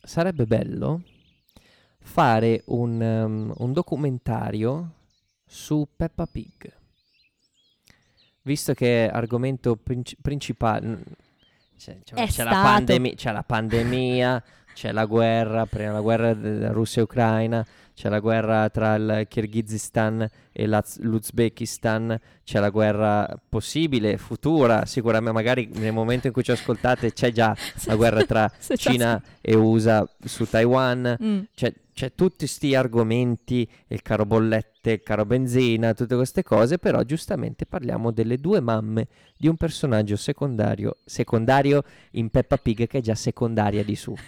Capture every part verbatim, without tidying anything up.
sarebbe bello fare un, um, un documentario su Peppa Pig, visto che è argomento princi- principale. C'è, c'è, È c'è la stato. pandemia, c'è la pandemia, c'è la guerra, prima la guerra della Russia e Ucraina, c'è la guerra tra il Kirghizistan e la- l'Uzbekistan, c'è la guerra possibile, futura, sicuramente magari nel momento in cui ci ascoltate c'è già la guerra tra Se ci Cina e U S A su Taiwan, Mm. c'è, c'è tutti sti argomenti, il caro bollette, il caro benzina, tutte queste cose, però giustamente parliamo delle due mamme di un personaggio secondario, secondario in Peppa Pig che è già secondaria di su.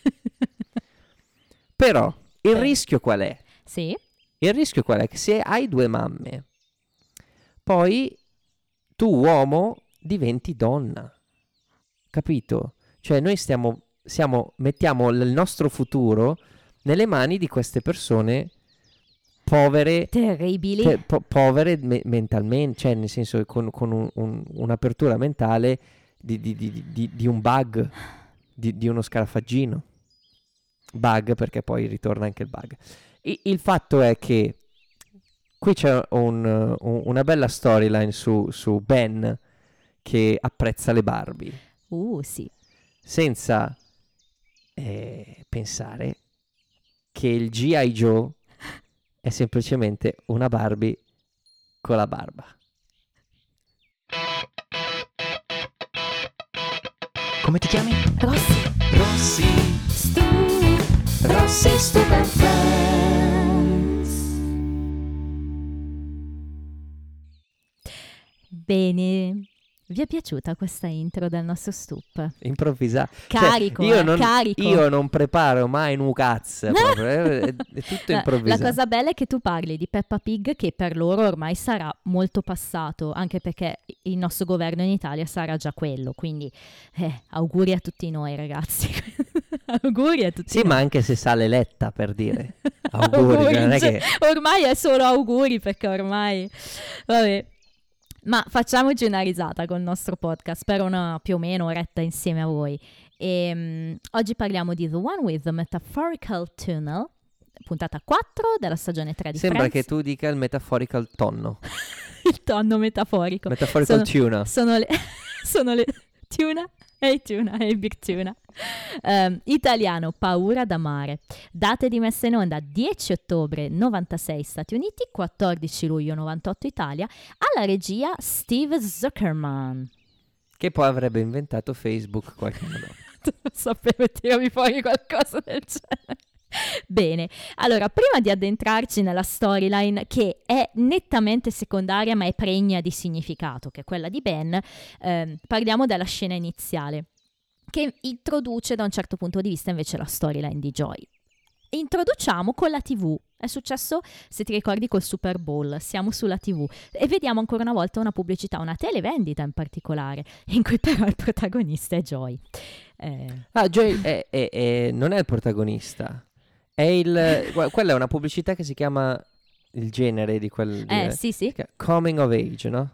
Però il Eh. rischio qual è? Sì. Il rischio qual è? Che se hai due mamme, poi tu uomo diventi donna, capito? Cioè noi stiamo, siamo, mettiamo il nostro futuro nelle mani di queste persone povere, Terribili. te- po- povere me- mentalmente, cioè nel senso con, con un- un- un'apertura mentale di, di- di- di- di un bug, di, di uno scarafaggino. Bug perché poi ritorna anche il bug. I- il fatto è che qui c'è un- un- una bella storyline su, su Ben che apprezza le Barbie, Uh, sì. senza eh, pensare che il G I. Joe è semplicemente una Barbie con la barba. Come ti chiami? Rossi. Rossi. Stu. Rossi Stupid Friends. Bene. Vi è piaciuta questa intro del nostro Stup? Improvvisato. Carico, io, eh, non, carico. io non preparo mai un cazzo, proprio, è, è- è tutto La- improvvisato. La cosa bella è che tu parli di Peppa Pig, che per loro ormai sarà molto passato, anche perché il nostro governo in Italia sarà già quello, quindi eh, auguri a tutti noi ragazzi. Auguri a tutti Sì, noi. ma anche se sale Letta, per dire. Auguri, Auguri, non è cioè, che... ormai è solo auguri, perché ormai vabbè. Ma facciamoci una risata col nostro podcast per una più o meno oretta insieme a voi. E, oggi parliamo di The One with the Metaphorical Tunnel, puntata quattro della stagione tre di Sembra Friends. che tu dica il metaphorical tonno. Il tonno metaforico. Metaphorical Sono- tuna. Sono le, sono le tuna, ehi tuna, ehi big tuna. Ehm, italiano, paura da mare. Date di messa in onda dieci ottobre novantasei Stati Uniti, quattordici luglio novantotto Italia. Alla regia Steve Zuckerman. Che poi avrebbe inventato Facebook qualche anno dopo. Non sapevo, tirami fuori qualcosa del genere. Bene, allora prima di addentrarci nella storyline che è nettamente secondaria ma è pregna di significato, che è quella di Ben, ehm, parliamo della scena iniziale che introduce da un certo punto di vista invece la storyline di Joy. Introduciamo con la tivù, è successo se ti ricordi col Super Bowl, siamo sulla tivù e vediamo ancora una volta una pubblicità, una televendita in particolare, in cui però il protagonista è Joy. Eh, Ah, Joy è- è- è- non è il protagonista. È il... gua- quella è una pubblicità che si chiama... Il genere di quel... eh di- sì sì. si chiama Coming of Age, no?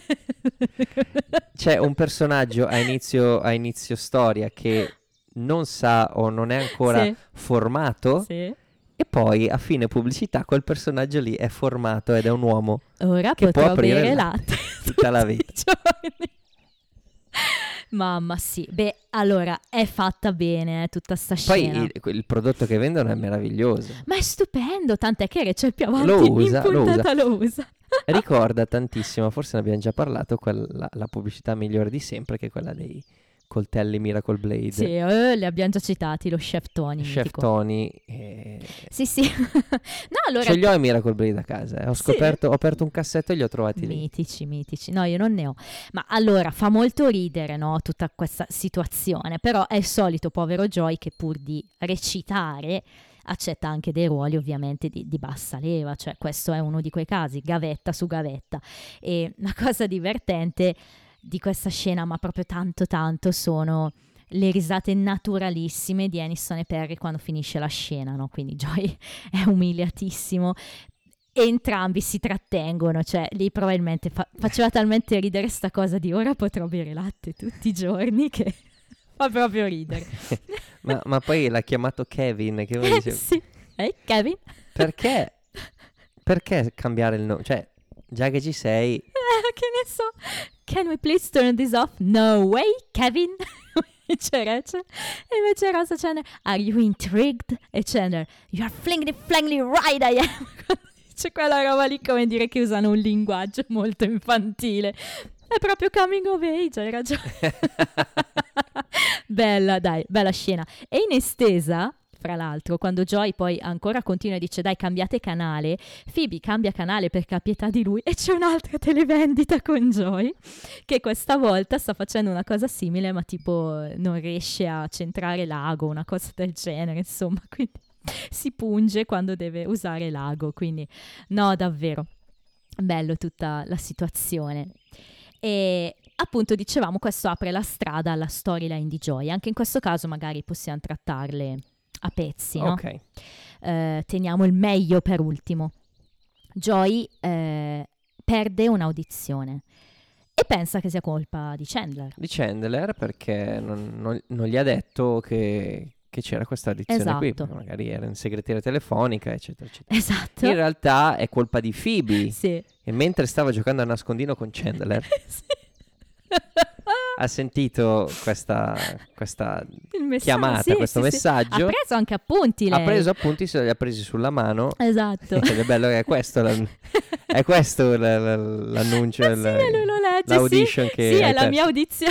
C'è un personaggio a inizio, a inizio storia che non sa o non è ancora Sì. formato Sì. e poi a fine pubblicità quel personaggio lì è formato ed è un uomo Ora che può potrò aprire bere il latte latte tutta la tutti i vita. giorni. Mamma sì, beh allora è fatta bene eh, tutta sta Poi scena. il, il prodotto che vendono è meraviglioso. Ma è stupendo, tant'è che c'è più avanti Lo usa, in lo puntata lo usa. Ricorda tantissimo, forse ne abbiamo già parlato, quella, la pubblicità migliore di sempre che è quella dei coltelli Miracle Blade. Sì, eh, li abbiamo già citati, lo chef Tony. Chef mitico. Tony. eh, Sì, sì. No, allora Ce li ho i Miracle Blade a casa. eh. Ho Sì? scoperto, ho aperto un cassetto e li ho trovati lì. Mitici, mitici. No, io non ne ho. Ma allora fa molto ridere, no, tutta questa situazione. Però è il solito povero Joy che pur di recitare accetta anche dei ruoli ovviamente di, di bassa leva. Cioè questo è uno di quei casi, gavetta su gavetta. E la cosa divertente di questa scena, ma proprio tanto tanto, sono le risate naturalissime di Aniston e Perry quando finisce la scena, no? Quindi Joy è umiliatissimo. Entrambi si trattengono, cioè lì probabilmente fa- faceva talmente ridere sta cosa di ora potrò bere latte tutti i giorni che Fa proprio ridere. ma, ma poi l'ha chiamato Kevin, che uno dice, Sì. Ehi, Kevin? perché? Perché cambiare il nome? Cioè, già che ci sei, Eh, che ne so. Can we please turn this off? No way, Kevin. C'era, c'era. E invece Rosa Chandler, are you intrigued? E Chandler, you are flingly flangly right I am. C'è quella roba lì, come dire che usano un linguaggio molto infantile. È proprio coming of age, hai ragione. Bella, dai, bella scena. E in estesa, fra l'altro, quando Joy poi ancora continua e dice dai cambiate canale, Phoebe cambia canale perché ha pietà di lui e c'è un'altra televendita con Joy che questa volta sta facendo una cosa simile, ma tipo non riesce a centrare l'ago, una cosa del genere, insomma, quindi si punge quando deve usare l'ago, quindi no, davvero bello tutta la situazione. E appunto dicevamo, questo apre la strada alla storyline di Joy. Anche in questo caso magari possiamo trattarle a pezzi, no? ok. Eh, teniamo il meglio per ultimo. Joy eh, perde un'audizione e pensa che sia colpa di Chandler. Di Chandler, perché non, non- non gli ha detto che, che c'era questa audizione qui, Esatto. perché magari era in segreteria telefonica, eccetera, eccetera. Esatto. In realtà è colpa di Phoebe, Sì. e mentre stava giocando a nascondino con Chandler, Sì. ha sentito questa, questa Il messaggio, chiamata, sì, questo sì, sì. messaggio. Ha preso anche appunti lei. Ha preso appunti, se li ha presi sulla mano. Esatto. Ed è bello che è questo, la- è questo l- l- l'annuncio, Ah, il- sì, e lui lo legge, l'audition sì. che Sì, hai è la perso. mia audizione.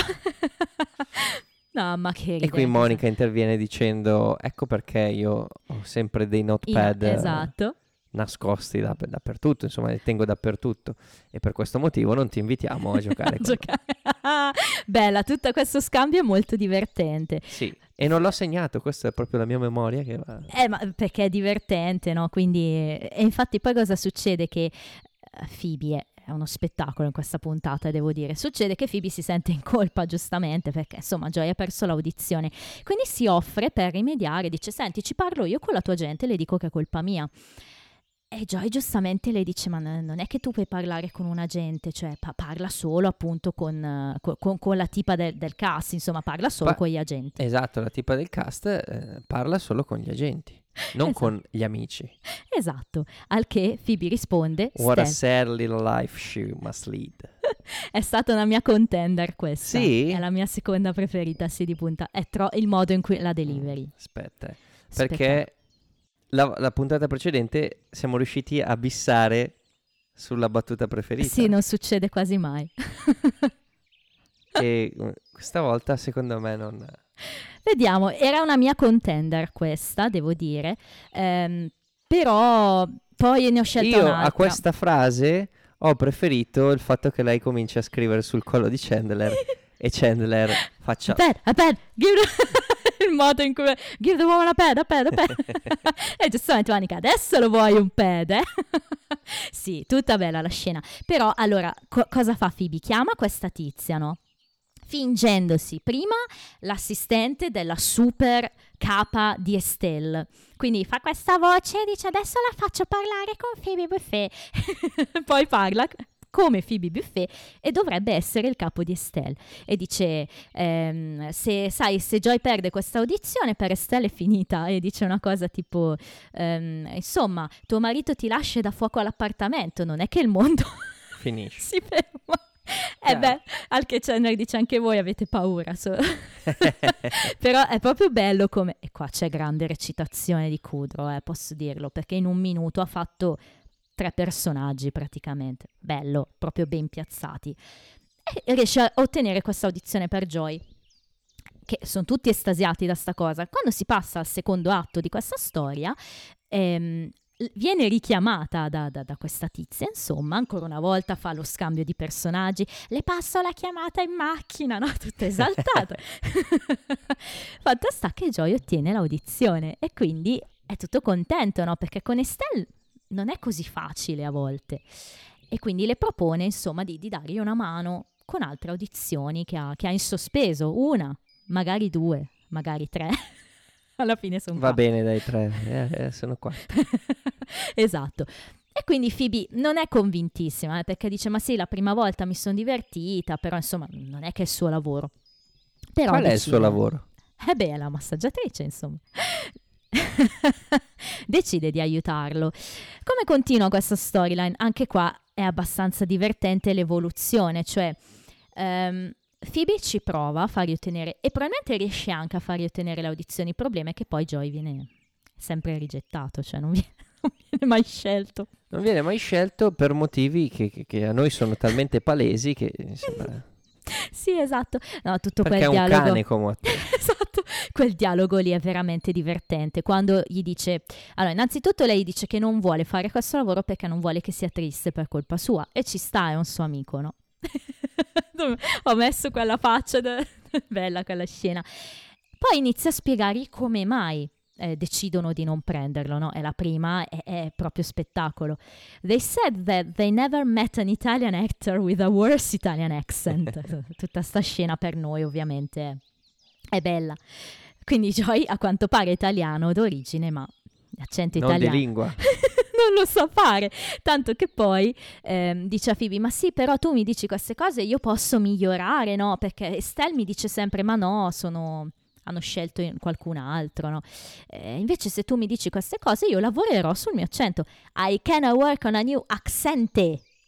No, ma che E ridere. qui Monica interviene dicendo ecco perché io ho sempre dei In- notepad eh, Esatto. nascosti da- dappertutto, insomma li tengo dappertutto, e per questo motivo non ti invitiamo a giocare con noi. Giocare. Bella, tutto questo scambio è molto divertente. Sì, e non l'ho segnato, questa è proprio la mia memoria che va. Eh, ma perché è divertente, no? Quindi, e infatti poi cosa succede? Che eh, Phoebe è, è uno spettacolo in questa puntata, devo dire. Succede che Phoebe si sente in colpa, giustamente, perché insomma Joy ha perso l'audizione. Quindi si offre per rimediare, dice, senti, ci parlo io con la tua gente, le dico che è colpa mia. E Joy giustamente le dice, ma n- non è che tu puoi parlare con un agente, cioè pa- parla solo appunto con, eh, co- con- con la tipa del, del cast, insomma parla solo Pa- con gli agenti. Esatto, la tipa del cast eh, parla solo con gli agenti, non Esatto. con gli amici. Esatto, al che Phoebe risponde, What a "Stan, sad little life she must lead. è stata una mia contender questa, Sì? è la mia seconda preferita, sì, di punta, è tro- il modo in cui la delivery. Aspetta, eh. Aspetta. perché la, la puntata precedente siamo riusciti a bissare sulla battuta preferita. Sì, non succede quasi mai. E eh, questa volta secondo me non... Vediamo, era una mia contender questa, devo dire, ehm, però poi ne ho scelta Io un'altra. a questa frase ho preferito il fatto che lei comincia a scrivere sul collo di Chandler e Chandler faccia... A pad, a pad, give the... il modo in cui give the woman a pad, a pad, a pad. E giustamente Monica, adesso lo vuoi un pad, eh? Sì, tutta bella la scena. Però allora, co- cosa fa Phoebe? Chiama questa tizia, no? Fingendosi prima l'assistente della super capa di Estelle. Quindi fa questa voce e dice adesso la faccio parlare con Phoebe Buffet. Poi parla come Phoebe Buffet e dovrebbe essere il capo di Estelle. E dice, ehm, se, sai, se Joy perde questa audizione per Estelle è finita. E dice una cosa tipo, ehm, insomma, tuo marito ti lascia e dà fuoco all'appartamento, non è che il mondo Finisce. si ferma. E beh, al che Chandler dice anche voi avete paura. so- Però è proprio bello come... E qua c'è grande recitazione di Kudrow, eh, posso dirlo, perché in un minuto ha fatto tre personaggi praticamente. Bello, proprio ben piazzati. E riesce a ottenere questa audizione per Joy, che sono tutti estasiati da sta cosa. Quando si passa al secondo atto di questa storia, ehm, l- viene richiamata da, da- da questa tizia, insomma, ancora una volta fa lo scambio di personaggi, le passo la chiamata in macchina, no? Tutta esaltata. Fatta sta che Joy ottiene l'audizione e quindi è tutto contento, no? Perché con Estelle non è così facile a volte. E quindi le propone, insomma, di, di dargli una mano con altre audizioni che ha, che ha in sospeso. Una, magari due, magari tre. Alla fine sono Va quattro. bene dai tre, eh, eh, sono qua. Esatto. E quindi Phoebe non è convintissima, eh, perché dice, ma sì, la prima volta mi sono divertita, però insomma non è che è il suo lavoro. Però Qual è il decide- suo lavoro? Eh beh, è la massaggiatrice, insomma. Decide di aiutarlo. Come continua questa storyline? Anche qua è abbastanza divertente l'evoluzione, cioè ehm, Phoebe ci prova a fargli ottenere, e probabilmente riesce anche a fargli ottenere le audizioni. Il problema è che poi Joy viene sempre rigettato, cioè non viene, non viene mai scelto. Non viene mai scelto per motivi che, che- che a noi sono talmente palesi che sembra... Sì, esatto. No, tutto Perché è quel un dialogo. cane come a te. Esatto, quel dialogo lì è veramente divertente. Quando gli dice, allora, innanzitutto lei dice che non vuole fare questo lavoro perché non vuole che sia triste per colpa sua, e ci sta, è un suo amico, no? Ho messo quella faccia, de- bella quella scena. Poi inizia a spiegargli come mai eh, decidono di non prenderlo, no? E la prima è, è proprio spettacolo. They said that they never met an Italian actor with a worse Italian accent. Tutta sta scena per noi ovviamente è bella. Quindi Joy a quanto pare è italiano d'origine, ma accento Non di italiano lingua. non lo sa fare, tanto che poi ehm, dice a Phoebe, ma sì, però tu mi dici queste cose, io posso migliorare, no? Perché Estelle mi dice sempre, ma no, sono... hanno scelto in- qualcun altro, no? Eh, invece se tu mi dici queste cose, io lavorerò sul mio accento. I can work on a new accent.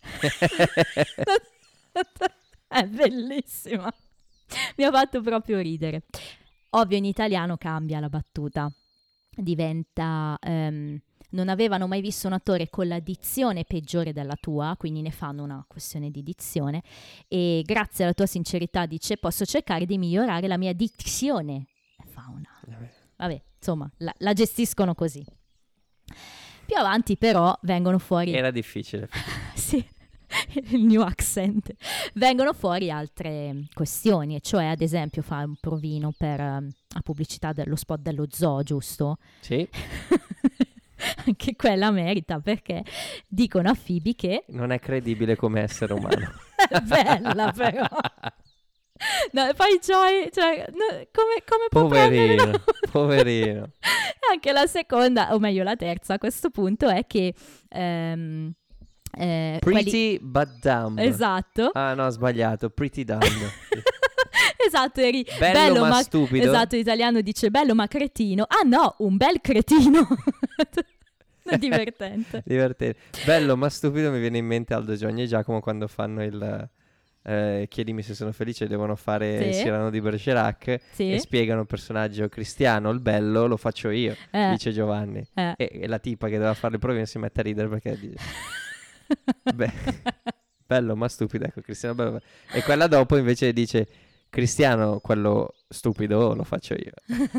È bellissima. Mi ha fatto proprio ridere. Ovvio in italiano cambia la battuta. Diventa... ehm, non avevano mai visto un attore con la dizione peggiore della tua, quindi ne fanno una questione di dizione, e grazie alla tua sincerità dice posso cercare di migliorare la mia dizione. E fa una... Vabbè, insomma, la, la gestiscono così. Più avanti però vengono fuori... Era difficile. Sì, il new accent. Vengono fuori altre questioni, e cioè ad esempio fa un provino per um, la pubblicità dello spot dello zoo, giusto? Sì, Anche quella merita, perché dicono a Phoebe che non è credibile come essere umano. è bella però. No, e poi Joy, cioè, no, come, come può prendere Poverino, la- poverino. Anche la seconda, o meglio la terza a questo punto, è che ehm, eh, quelli- Pretty but dumb. esatto. Ah no, ho sbagliato. Pretty dumb. Esatto, eri Bello ma stupido. Esatto, l'italiano dice bello ma cretino. Ah no, un bel cretino. Divertente. Divertente. Bello ma stupido, mi viene in mente Aldo, Giovanni e Giacomo quando fanno il eh, chiedimi se sono felice, devono fare Sì. Cyrano di Bergerac Sì. e spiegano il personaggio Cristiano, il bello lo faccio io, Eh, dice Giovanni. eh. E, e la tipa che doveva fare le prove si mette a ridere perché dice beh, bello ma stupido, ecco Cristiano bello. E quella dopo invece dice Cristiano, quello stupido lo faccio io.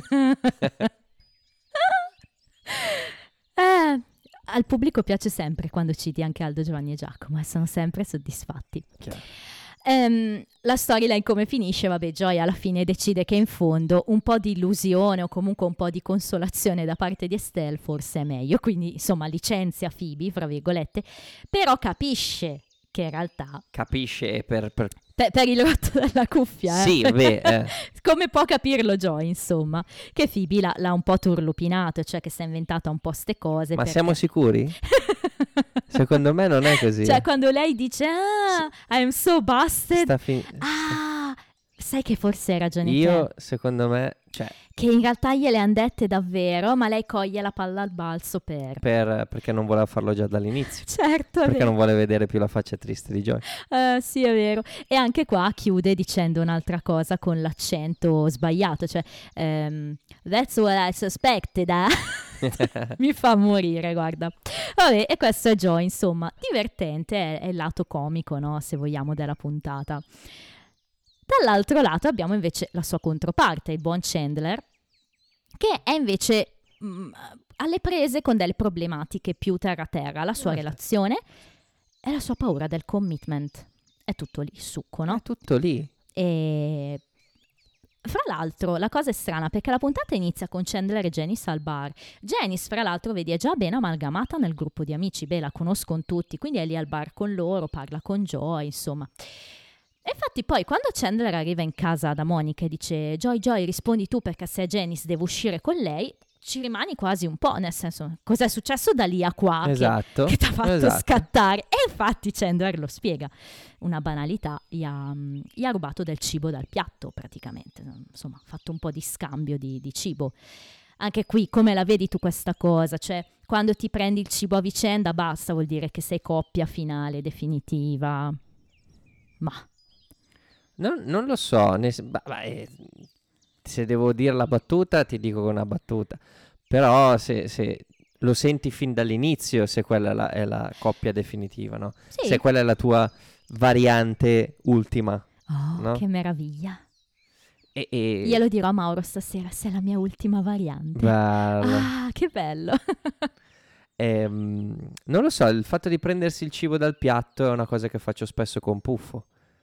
Eh, al pubblico piace sempre quando citi anche Aldo, Giovanni e Giacomo e sono sempre soddisfatti. Chiaro. Ehm, la storyline come finisce? Vabbè, Joy alla fine decide che in fondo un po' di illusione o comunque un po' di consolazione da parte di Estelle forse è meglio, quindi insomma licenzia Phoebe, fra virgolette, però capisce che in realtà Capisce per, per... per, per il rotto della cuffia, eh. Sì, beh, eh. Come può capirlo Joy, insomma, che Phoebe l'ha, l'ha un po' turlupinato, cioè che si è inventata un po' ste cose. Ma perché- siamo sicuri? Secondo me non è così. Cioè quando lei dice ah, I'm so busted, Sta fin- ah, sai che forse hai ragione Io, te, secondo me, cioè, che in realtà gliele han dette davvero, ma lei coglie la palla al balzo per... per, perché non voleva farlo già dall'inizio. Certo, è Perché vero. non vuole vedere più la faccia triste di Joy. Eh, sì, è vero. E anche qua chiude dicendo un'altra cosa con l'accento sbagliato, cioè ehm, that's what I suspected, eh? Mi fa morire, guarda. Vabbè, e questo è Joy, insomma, divertente, è, è il lato comico, no? Se vogliamo, della puntata. Dall'altro lato abbiamo invece la sua controparte, il buon Chandler, che è invece mh, alle prese con delle problematiche più terra-terra, la sua Ah, relazione e la sua paura del commitment. È tutto lì, il succo, no? È tutto lì. E fra l'altro la cosa è strana perché la puntata inizia con Chandler e Janice al bar. Janice fra l'altro vedi è già ben amalgamata nel gruppo di amici, beh la conoscono tutti, quindi è lì al bar con loro, parla con Joy, insomma. E infatti poi quando Chandler arriva in casa da Monica e dice Joy Joy rispondi tu perché se è Janice devo uscire con lei, ci rimani quasi un po', nel senso, cos'è successo da lì a qua che- Esatto. che, ti ha fatto esatto. scattare? E infatti Chandler lo spiega, una banalità, gli ha, mm, gli ha rubato del cibo dal piatto praticamente, insomma, ha fatto un po' di scambio di, di cibo. Anche qui, come la vedi tu questa cosa? Cioè, quando ti prendi il cibo a vicenda, basta, vuol dire che sei coppia finale, definitiva. Ma... Non, non lo so, ne- ba- ba- eh, se devo dire la battuta ti dico che è una battuta, però se, se lo senti fin dall'inizio, se quella è la, è la coppia definitiva, no? Sì. Se quella è la tua variante ultima. Oh, no? che meraviglia. E, e... Glielo dirò a Mauro stasera, se è la mia ultima variante. Bello. Ah, che bello. Ehm, non lo so, il fatto di prendersi il cibo dal piatto è una cosa che faccio spesso con Puffo.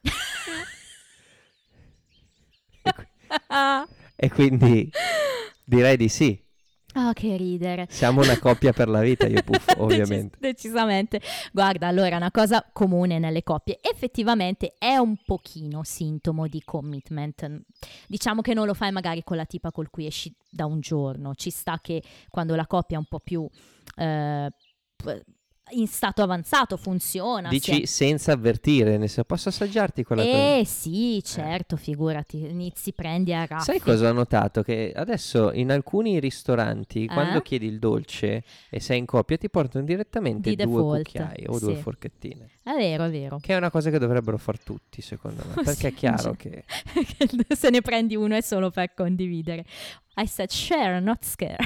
e, qui- e quindi direi di sì. Oh, che ridere. Siamo una coppia per la vita, io e Puffo, ovviamente. Decis- decisamente. Guarda, allora, una cosa comune nelle coppie, effettivamente è un pochino sintomo di commitment. Diciamo che non lo fai magari con la tipa col cui esci da un giorno. Ci sta che quando la coppia è un po' più eh, p- in stato avanzato funziona. si Dici è- senza avvertire, nel senso, posso assaggiarti quella cosa? Eh sì, certo, figurati, inizi, prendi a raffi. Sai cosa ho notato? Che adesso in alcuni ristoranti, quando Eh? chiedi il dolce e sei in coppia, ti portano direttamente Di due default, cucchiai o due sì. forchettine. È vero, è vero. Che è una cosa che dovrebbero far tutti, secondo me. Perché Sì, è chiaro cioè- che... Se ne prendi uno è solo per condividere. I said share, not scare.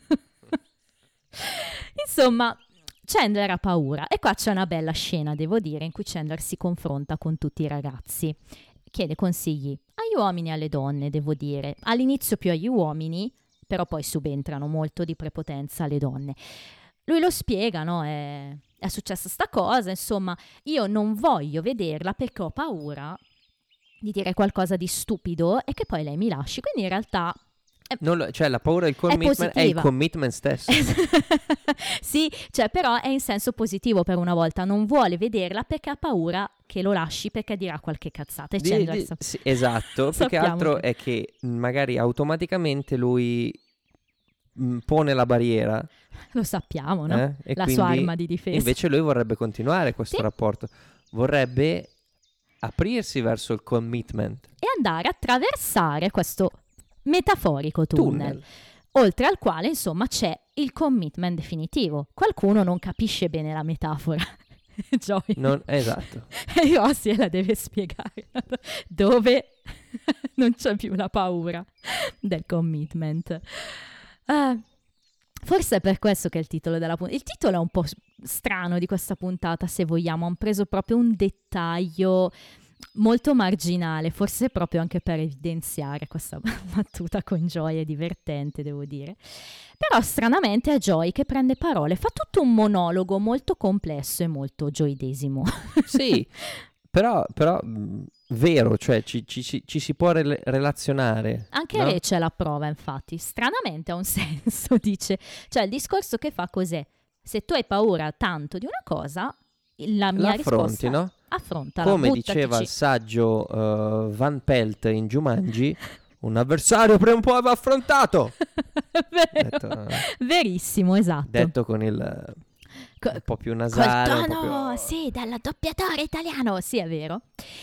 Insomma, Chandler ha paura. E qua c'è una bella scena, devo dire, in cui Chandler si confronta con tutti i ragazzi. Chiede consigli agli uomini e alle donne, devo dire. All'inizio più agli uomini, però poi subentrano molto di prepotenza alle donne. Lui lo spiega, no? È, è successa sta cosa, insomma, io non voglio vederla perché ho paura di dire qualcosa di stupido e che poi lei mi lasci. Quindi in realtà Non lo- cioè la paura del commitment è, il positiva. commitment stesso. sì, cioè però è in senso positivo per una volta, non vuole vederla perché ha paura che lo lasci perché dirà qualche cazzata. E Di- Chandler di- sa- sì, esatto, più che Sappiamo altro che- è che mh, magari automaticamente lui mh, pone la barriera. lo sappiamo, no? eh, e La sua quindi arma di difesa. Invece lui vorrebbe continuare questo Sì. rapporto. Vorrebbe aprirsi verso il commitment. E andare a attraversare questo metaforico tunnel, Tunnel. oltre al quale insomma c'è il commitment definitivo. Qualcuno non capisce bene la metafora. Joey. Non, esatto. E Rossi la deve spiegare dove non c'è più la paura del commitment. Ah, forse è per questo che è il titolo della puntata. Il titolo è un po' s- strano di questa puntata, se vogliamo. Han preso proprio un dettaglio molto marginale, forse proprio anche per evidenziare questa battuta con Joy, è divertente, devo dire. Però stranamente è Joy che prende parole, fa tutto un monologo molto complesso e molto gioidesimo. Sì, però, però mh, vero, cioè ci, ci- ci- ci si può rel- relazionare. Anche no? lei ce la prova, infatti. Stranamente ha un senso, dice. Cioè, il discorso che fa cos'è? Se tu hai paura tanto di una cosa, la mia L'affronti, risposta no? affrontala, Come buttatici. diceva il saggio eh, Van Pelt in Jumanji, un avversario prima o poi va affrontato. Vero. Detto, eh, Verissimo, esatto. detto con il eh, Co- un po' più Col nasale, un po' tono, più- sì, dal doppiatore italiano, sì, è vero.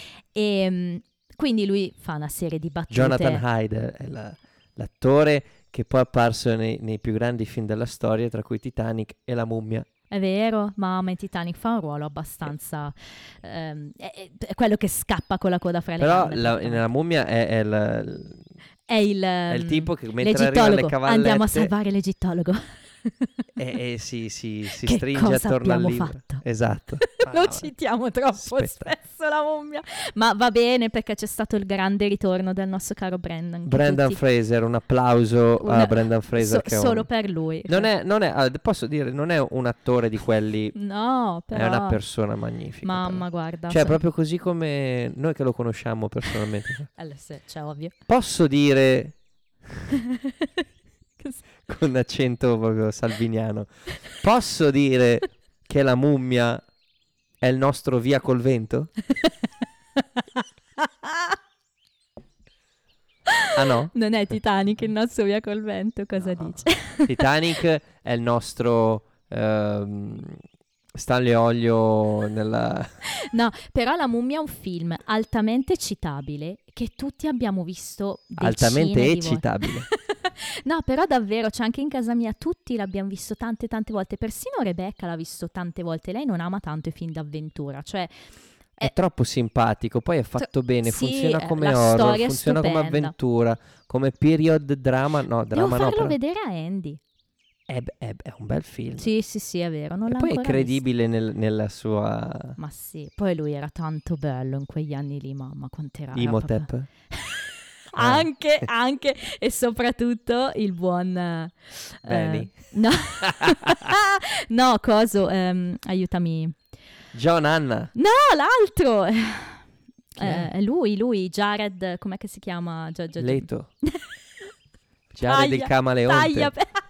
E quindi lui fa una serie di battute. Jonathan Hyde è la- l'attore che poi è apparso nei, nei più grandi film della storia, tra cui Titanic e La mummia. È vero, mamma in Titanic fa un ruolo abbastanza... ehm, è, è- è quello che scappa con la coda fra le Però gambe. la, praticamente. nella mummia è, è il, È il, è il ehm, tipo che mentre arriva alle l'egittologo. cavallette Andiamo a salvare l'egittologo. e, e si, si, si Che stringe cosa attorno al abbiamo libro. fatto? Esatto. Lo Ah, citiamo troppo Aspetta. spesso la mummia. Ma va bene perché c'è stato il grande ritorno del nostro caro Brandon. che Brandon tutti- Fraser, un applauso una- a Brandon Fraser. so- che è un- solo per lui. Non è, non è, ah, posso dire, non è un attore di quelli, No, però... è una persona magnifica. Mamma, però. guarda. Cioè, so- proprio così come noi che lo conosciamo personalmente. Eh, sì, cioè, ovvio. Posso dire, Così. con accento proprio salviniano, posso dire che la mummia è il nostro via col vento? Ah no? Non è Titanic il nostro Via col vento, cosa No. dice? Titanic è il nostro ehm, Stanley Olio nella... No, però La mummia è un film altamente citabile che tutti abbiamo visto decine altamente di eccitabile. volte. No, però davvero, c'è anche in casa mia, tutti l'abbiamo visto tante tante volte, persino Rebecca l'ha visto tante volte, lei non ama tanto i film d'avventura, cioè... È Eh, troppo simpatico, poi è fatto bene, sì, funziona eh, come la horror, storia è funziona come stupenda. avventura, come period drama, no, Devo drama no, farlo però vedere a Andy. è, è- è un bel film. Sì, sì, sì, è vero, non E l'ha poi è ancora credibile nel- nella sua visto. Ma sì, poi lui era tanto bello in quegli anni lì, mamma, quant'era... era proprio- Imhotep. Ah. Anche, anche e soprattutto il buon... eh, Benny. no, no, coso, ehm, aiutami. John Hanna. No, l'altro! Chi è? Eh, lui, lui, Jared, com'è che si chiama? Gio- Gio- Gio- Leto. Jared il Taglia, camaleonte. Taglia.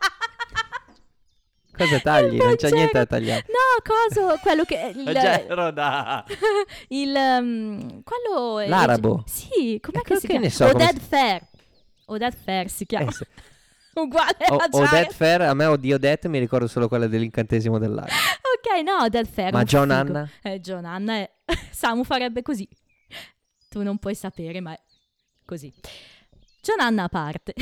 Cosa tagli? Il Non buon c'è niente da Jared. tagliare. No, coso, quello che... Il, Gero da... il um, quello è- L'arabo. sì, com'è Ecco che si che chiama? ne so come Oded Fair. Oded Fair si chiama. Eh, sì. Uguale O- a Jared. Odette Fair, a me di Odette mi ricordo solo quella dell'incantesimo del lago. Ok, no, Oded Fair. Ma un John figo. Hanna? Eh, John Hanna è... Samu farebbe così. Tu non puoi sapere, ma è così. John Hanna a parte.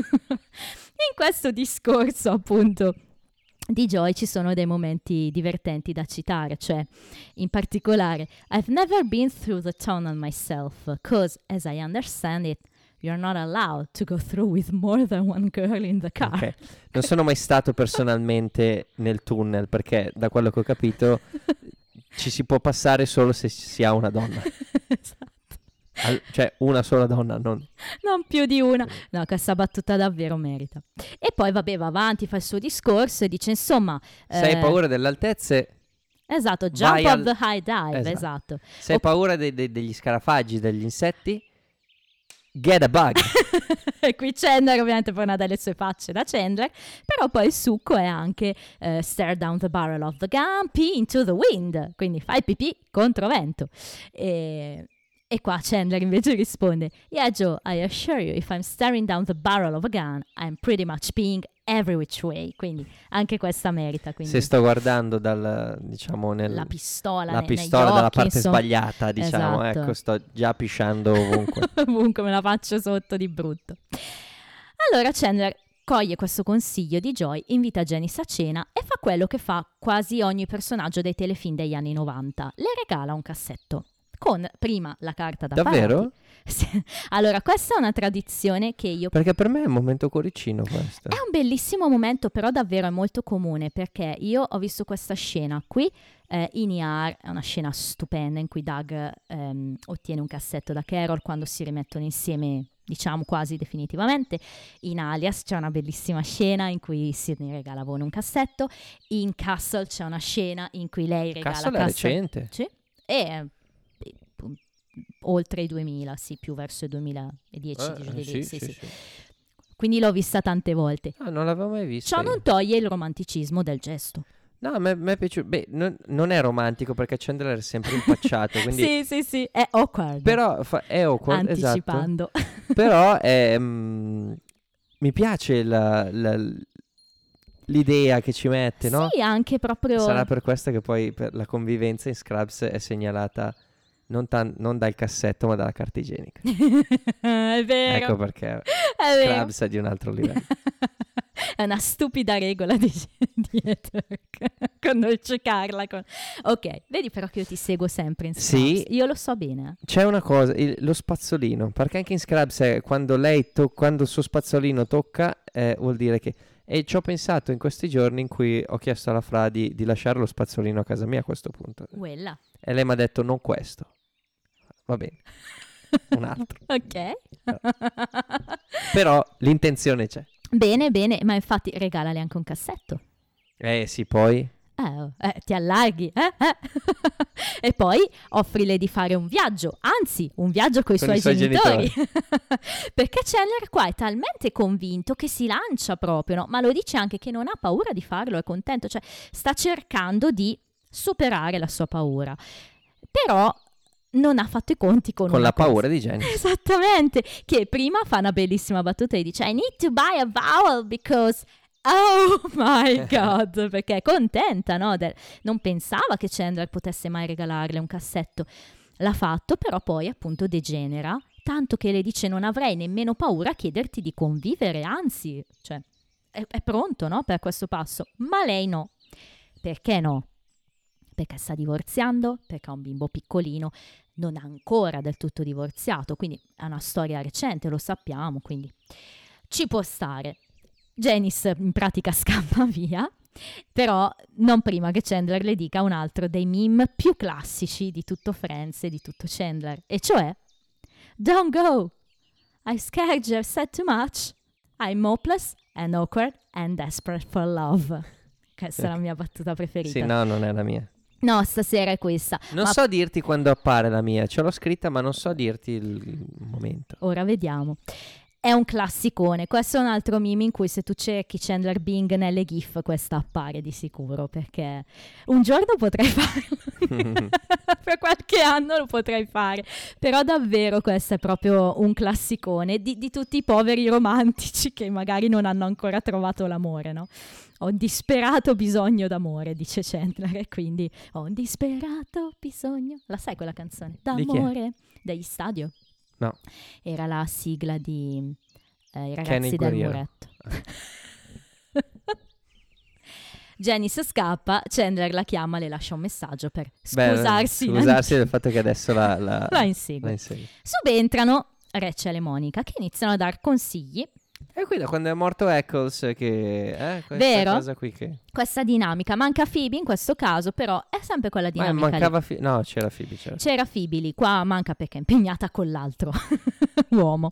In questo discorso, appunto, di Joy ci sono dei momenti divertenti da citare, cioè, in particolare, I've never been through the tunnel myself, cause, as I understand it, you're not allowed to go through with more than one girl in the car. Ok. Non sono mai stato personalmente nel tunnel perché da quello che ho capito ci si può passare solo se si ha una donna. Esatto. Al- cioè una sola donna, non... Non più di una. No, questa battuta davvero merita. E poi, vabbè, va avanti, fa il suo discorso e dice, insomma... Se hai eh, paura delle altezze, Esatto, jump vai off al- the high dive, Esatto. esatto. se hai paura dei- dei- degli scarafaggi, degli insetti, get a bug. E qui Chandler ovviamente poi una delle sue facce da Chandler, però poi il succo è anche eh, stare down the barrel of the gun, pee into the wind, quindi fai pipì contro vento. E... E qua Chandler invece risponde, yeah Joe, I assure you, if I'm staring down the barrel of a gun, I'm pretty much peeing every which way. Quindi anche questa merita. Quindi Se sto guardando dal, diciamo, nel, la pistola, la ne- negli pistola dalla occhi, parte insomma. sbagliata, diciamo, Esatto. ecco, sto già pisciando ovunque. Ovunque me la faccio sotto di brutto. Allora Chandler coglie questo consiglio di Joy, invita Janice a cena e fa quello che fa quasi ogni personaggio dei telefilm degli anni novanta. Le regala un cassetto con prima la carta da Davvero? parati. Sì. Allora, questa è una tradizione che io... Perché per me è un momento cuoricino questo. È un bellissimo momento, però davvero è molto comune, perché io ho visto questa scena qui eh, in E R, è una scena stupenda in cui Doug ehm, ottiene un cassetto da Carol quando si rimettono insieme, diciamo quasi definitivamente. In Alias c'è una bellissima scena in cui Sidney regala a Vaughn un cassetto. In Castle c'è una scena in cui lei regala Castle è Castle- recente. Sì, e eh, oltre i duemila, sì, più verso il duemiladieci. Eh, giù di lì, sì, sì, sì, sì. sì. Quindi l'ho vista tante volte. Ah, non l'avevo mai vista. Ciò io. non toglie il romanticismo del gesto. No, a me, me è piaciuto. Beh, non, non è romantico perché Chandler è sempre impacciato, quindi... Sì, sì, sì, è awkward. Però fa- è awkward, esatto. Anticipando. Però è, mm, mi piace la- la- l'idea che ci mette, no? Sì, anche proprio... Sarà per questo che poi per la convivenza in Scrubs è segnalata non, tan- non dal cassetto ma dalla carta igienica. È vero. Ecco perché È vero. Scrubs è di un altro livello. È una stupida regola di, di Network. Con Dolce Carla. Con... Ok, vedi però che io ti seguo sempre in Scrubs. Sì. Io lo so bene. C'è una cosa, il- lo spazzolino, perché anche in Scrubs è quando lei to- quando il suo spazzolino tocca eh, vuol dire che... E ci ho pensato in questi giorni in cui ho chiesto alla Fra di, di lasciare lo spazzolino a casa mia a questo punto. Quella. E lei mi ha detto non questo. Va bene, un altro. Ok. Però l'intenzione c'è. Bene, bene, ma infatti regalale anche un cassetto. Eh sì, poi... Eh, oh, eh, ti allarghi, eh? eh. E poi offrile di fare un viaggio, anzi un viaggio coi Con suoi, i suoi genitori, perché Chandler qua è talmente convinto che si lancia proprio, no? Ma lo dice anche che non ha paura di farlo, è contento, cioè sta cercando di superare la sua paura. Però non ha fatto i conti con, Con una la cosa. paura di Janice. Esattamente, che prima fa una bellissima battuta e dice I need to buy a vowel because oh my god, perché è contenta, no? Del- non pensava che Chandler potesse mai regalarle un cassetto. L'ha fatto, però poi appunto degenera, tanto che le dice non avrei nemmeno paura a chiederti di convivere, anzi, cioè è, è pronto, no? Per questo passo, ma lei no. Perché no? Perché sta divorziando, perché ha un bimbo piccolino, non è ancora del tutto divorziato, quindi è una storia recente, lo sappiamo, quindi ci può stare. Janice in pratica scappa via, però non prima che Chandler le dica un altro dei meme più classici di tutto Friends e di tutto Chandler, e cioè Don't go, I scared you, I've said too much, I'm hopeless and awkward and desperate for love. Questa è la mia battuta preferita. Sì, no, non è la mia. No, stasera è questa. Non ma so dirti quando appare la mia, ce l'ho scritta ma non so dirti il momento. ora vediamo. È un classicone. Questo è un altro meme in cui se tu cerchi Chandler Bing nelle GIF, questa appare di sicuro, perché un giorno potrei farlo. Per qualche anno lo potrei fare. Però davvero questo è proprio un classicone di, di tutti i poveri romantici che magari non hanno ancora trovato l'amore, no? Ho un disperato bisogno d'amore, dice Chandler, e quindi ho un disperato bisogno. La sai quella canzone? Di chi è? D'amore. Degli Stadio. No. Era la sigla di eh, I ragazzi Kenny del Guerriero. muretto. Janice scappa, Chandler la chiama, le lascia un messaggio per Beh, scusarsi. scusarsi del fatto che adesso la, la, La insegue. la insegue. Subentrano Rachel e Monica che iniziano a dar consigli. E qui da quando è morto Eccles che... Eh, questa Vero? cosa qui che... Questa dinamica. Manca Phoebe in questo caso, però è sempre quella Ma dinamica lì. mancava... Fi- no, c'era Phoebe, c'era. C'era Phoebe lì, qua manca perché è impegnata con l'altro uomo.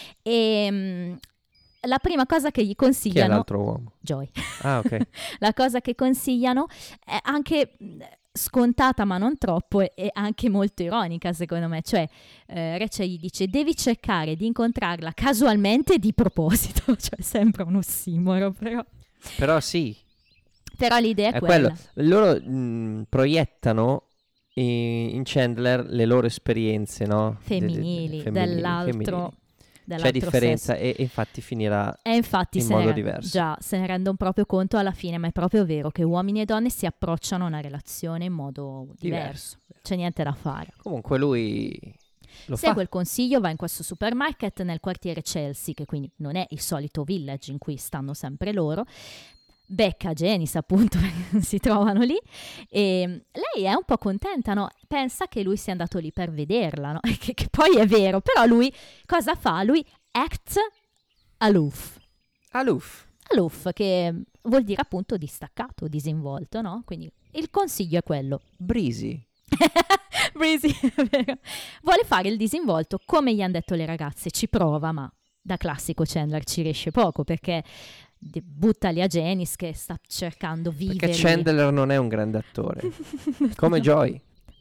E mm, la prima cosa che gli Chi è consigliano... l'altro uomo? Joy. Ah, ok. La cosa che consigliano è anche mh, scontata ma non troppo e, e anche molto ironica secondo me, cioè eh, Rachel gli dice devi cercare di incontrarla casualmente di proposito, cioè sembra un ossimoro però, Però sì, però l'idea è, è quella. quello. Loro mh, proiettano in, in Chandler le loro esperienze, no? De- de- de- Femminili, femminili, dell'altro, femminili. dell'altro C'è differenza sesso. e, e infatti finirà E infatti in se modo ne, diverso. già, se ne rendono proprio conto alla fine, ma è proprio vero che uomini e donne si approcciano a una relazione in modo diverso. diverso. C'è niente da fare. Comunque lui lo Segue fa. il consiglio, va in questo supermarket nel quartiere Chelsea, che quindi non è il solito village in cui stanno sempre loro. Becca Janice, appunto, perché si trovano lì. E lei è un po' contenta, no? Pensa che lui sia andato lì per vederla, no? Che, che poi è vero, però lui cosa fa? Lui act aloof. Aloof. Aloof, che vuol dire appunto distaccato, disinvolto, no? Quindi il consiglio è quello. Breezy. Breezy, è vero. Vuole fare il disinvolto come gli hanno detto le ragazze, ci prova, ma da classico Chandler ci riesce poco perché de- butta lì a Janice che sta cercando vivere. Perché Chandler non è un grande attore. Come Joy.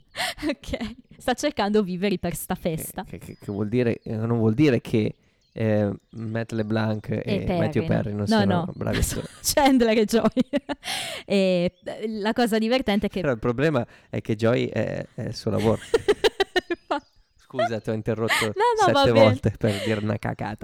Ok, sta cercando viveri per sta festa. Che, che- che vuol dire, eh, non vuol dire che eh, Matt LeBlanc e, E Perry, Matthew no? Perry non No, siano no. bravi attori. Chandler e Joy. E eh, la cosa divertente è che Però il problema è che Joy è, è il suo lavoro. Scusa, ti ho interrotto no, va sette bene. volte per dire una cacata.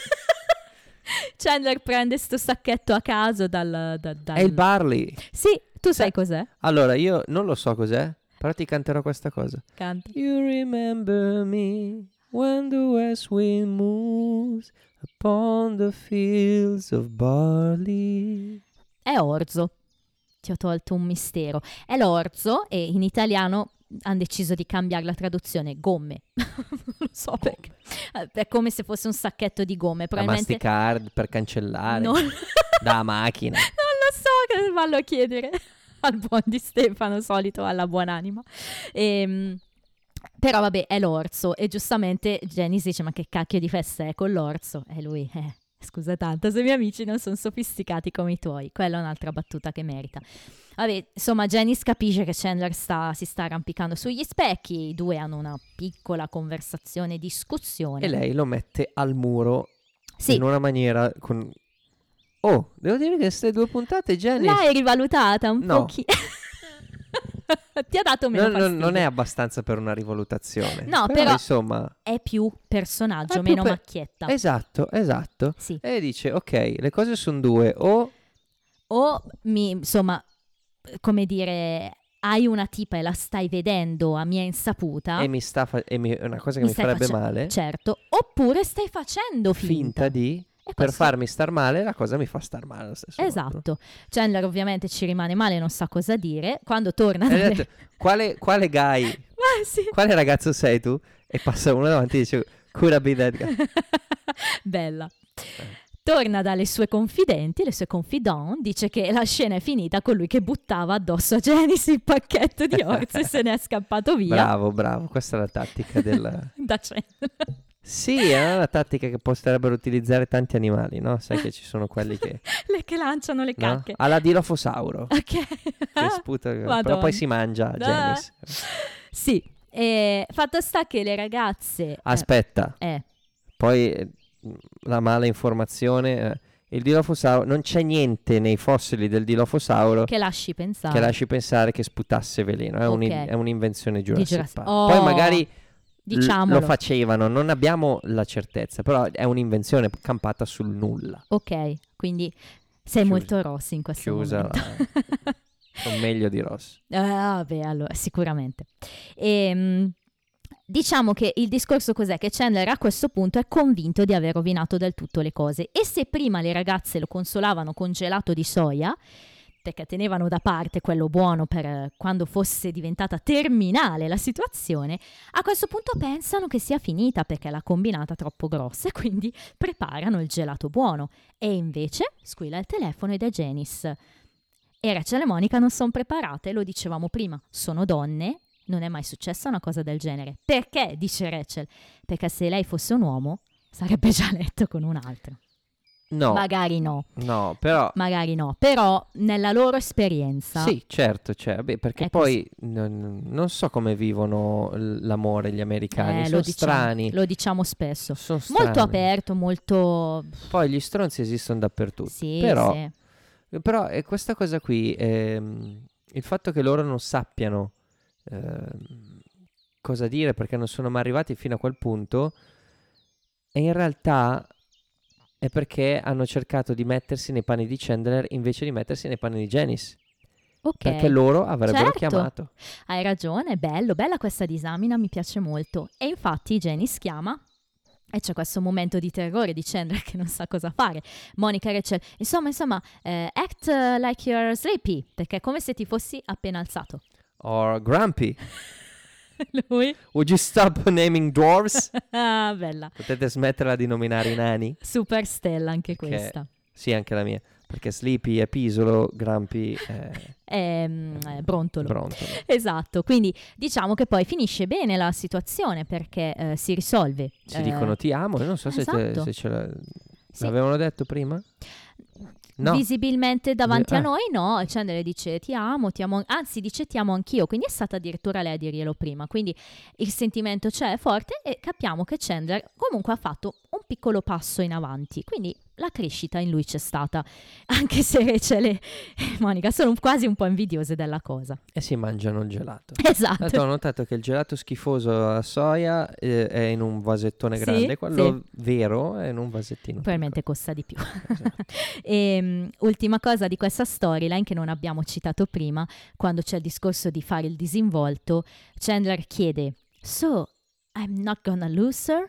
Chandler prende sto sacchetto a caso dal... da- dal... È il barley. Sì, tu sai cos'è? Allora, io non lo so cos'è, però ti canterò questa cosa. Canta. You remember me when the west wind moves upon the fields of barley. È orzo. Ti ho tolto un mistero. È l'orzo e in italiano hanno deciso di cambiare la traduzione gomme. Non lo so perché. Eh, È come se fosse un sacchetto di gomme. Da Probabilmente masticare, per cancellare, non... da macchina. non lo so, che vallo a chiedere al buon Di Stefano, solito alla buonanima. Ehm, però vabbè, è l'orzo e giustamente Janice dice ma che cacchio di festa è con l'orzo? E lui, eh, scusa tanto, se i miei amici non sono sofisticati come i tuoi. Quella è un'altra battuta che merita. Vabbè, insomma, Janice capisce che Chandler sta, si sta arrampicando sugli specchi, i due hanno una piccola conversazione, discussione. E lei lo mette al muro Sì. in una maniera con... Oh, devo dire che queste due puntate Jenny L'hai rivalutata un No. pochino. Ti ha dato meno non, non, fastidio. non è abbastanza per una rivalutazione. No, però, però insomma è più personaggio, è più meno per- macchietta. Esatto, esatto. Sì. E dice, ok, le cose sono due, o O mi, insomma, come dire, hai una tipa e la stai vedendo a mia insaputa. e mi sta fa- e mi- è una cosa che mi mi, stai farebbe face- male, Certo, oppure stai facendo finta. finta di, E per questo- farmi star male, la cosa mi fa star male allo stesso modo. Esatto. Chandler ovviamente ci rimane male, non sa cosa dire. Quando torna E dalle... ho detto, quale, quale guy, Ma sì. quale ragazzo sei tu? E passa uno davanti e dice, could I be that guy? Bella. Torna dalle sue confidenti, le sue confidant, dice che la scena è finita con lui che buttava addosso a Janice il pacchetto di Orz e se ne è scappato via. Bravo, bravo, questa è la tattica del... Da Chandler. Sì, è una tattica che potrebbero utilizzare tanti animali, no? Sai che ci sono quelli che... Le che lanciano le no? cacche. Alla dilofosauro, Ok. che sputa, però Madonna. poi si mangia Ah. Janice. Sì, e fatto sta che le ragazze... Aspetta, Eh, eh, poi eh, la mala informazione, eh, il dilofosauro, non c'è niente nei fossili del dilofosauro che lasci pensare. che lasci pensare che sputasse veleno, è, Ok. un- è un'invenzione Jurassic Jurassic- Park. Oh, Poi magari l- diciamolo. lo facevano, non abbiamo la certezza, però è un'invenzione campata sul nulla. Ok, quindi sei Chiusa. molto Ross in questo Chiusa, momento. la- sono meglio di Ross. Ah, beh, allora, sicuramente. Ehm, diciamo che il discorso cos'è? Che Chandler a questo punto è convinto di aver rovinato del tutto le cose. E se prima le ragazze lo consolavano con gelato di soia, perché tenevano da parte quello buono per eh, quando fosse diventata terminale la situazione, a questo punto pensano che sia finita perché l'ha combinata troppo grossa e quindi preparano il gelato buono. E invece squilla il telefono ed è Janice. E Rachel e Monica non sono preparate, lo dicevamo prima, sono donne, non è mai successa una cosa del genere. Perché, dice Rachel? Perché se lei fosse un uomo sarebbe già letto con un altro. No, Magari no, no, però... magari no, però nella loro esperienza... Sì, certo, cioè, beh, perché È poi non, non so come vivono l- l'amore gli americani, eh, sono lo diciamo, strani. lo diciamo spesso. Sono Molto strani. aperto, molto... Poi gli stronzi esistono dappertutto. Sì, però, sì. però è questa cosa qui, ehm, il fatto che loro non sappiano ehm, cosa dire perché non sono mai arrivati fino a quel punto, e in realtà è perché hanno cercato di mettersi nei panni di Chandler invece di mettersi nei panni di Janice. Ok. Perché loro avrebbero Certo. chiamato. Hai ragione, bello, bella questa disamina, mi piace molto. E infatti Janice chiama e c'è questo momento di terrore di Chandler che non sa cosa fare. Monica e Rachel, insomma, insomma, eh, act uh, like you're sleepy, perché è come se ti fossi appena alzato. Or Grumpy. Lui? Would you stop naming dwarves? Ah, bella. Potete smetterla di nominare i nani? Super stella anche Che- questa. Sì, anche la mia. Perché Sleepy è Pisolo, Grumpy è Ehm, eh, brontolo. Brontolo. Esatto, quindi diciamo che poi finisce bene la situazione perché eh, si risolve. Si Eh, dicono ti amo, io non so se, te- esatto. se ce la- Sì. l'avevano detto prima? No. Visibilmente davanti Eh. a noi no, e Chandler dice ti amo, ti amo, anzi dice ti amo anch'io, quindi è stata addirittura lei a dirglielo prima, quindi il sentimento c'è, è forte e capiamo che Chandler comunque ha fatto un piccolo passo in avanti, quindi la crescita in lui c'è stata, anche se Rachel e Monica sono quasi un po' invidiose della cosa. E si mangiano il gelato. Esatto. Tanto ho notato che il gelato schifoso a soia eh, è in un vasettone Sì, grande, quello sì. vero è in un vasettino. Probabilmente costa di più. Esatto. E, ultima cosa di questa storyline che non abbiamo citato prima, quando c'è il discorso di fare il disinvolto, Chandler chiede So, I'm not gonna lose her?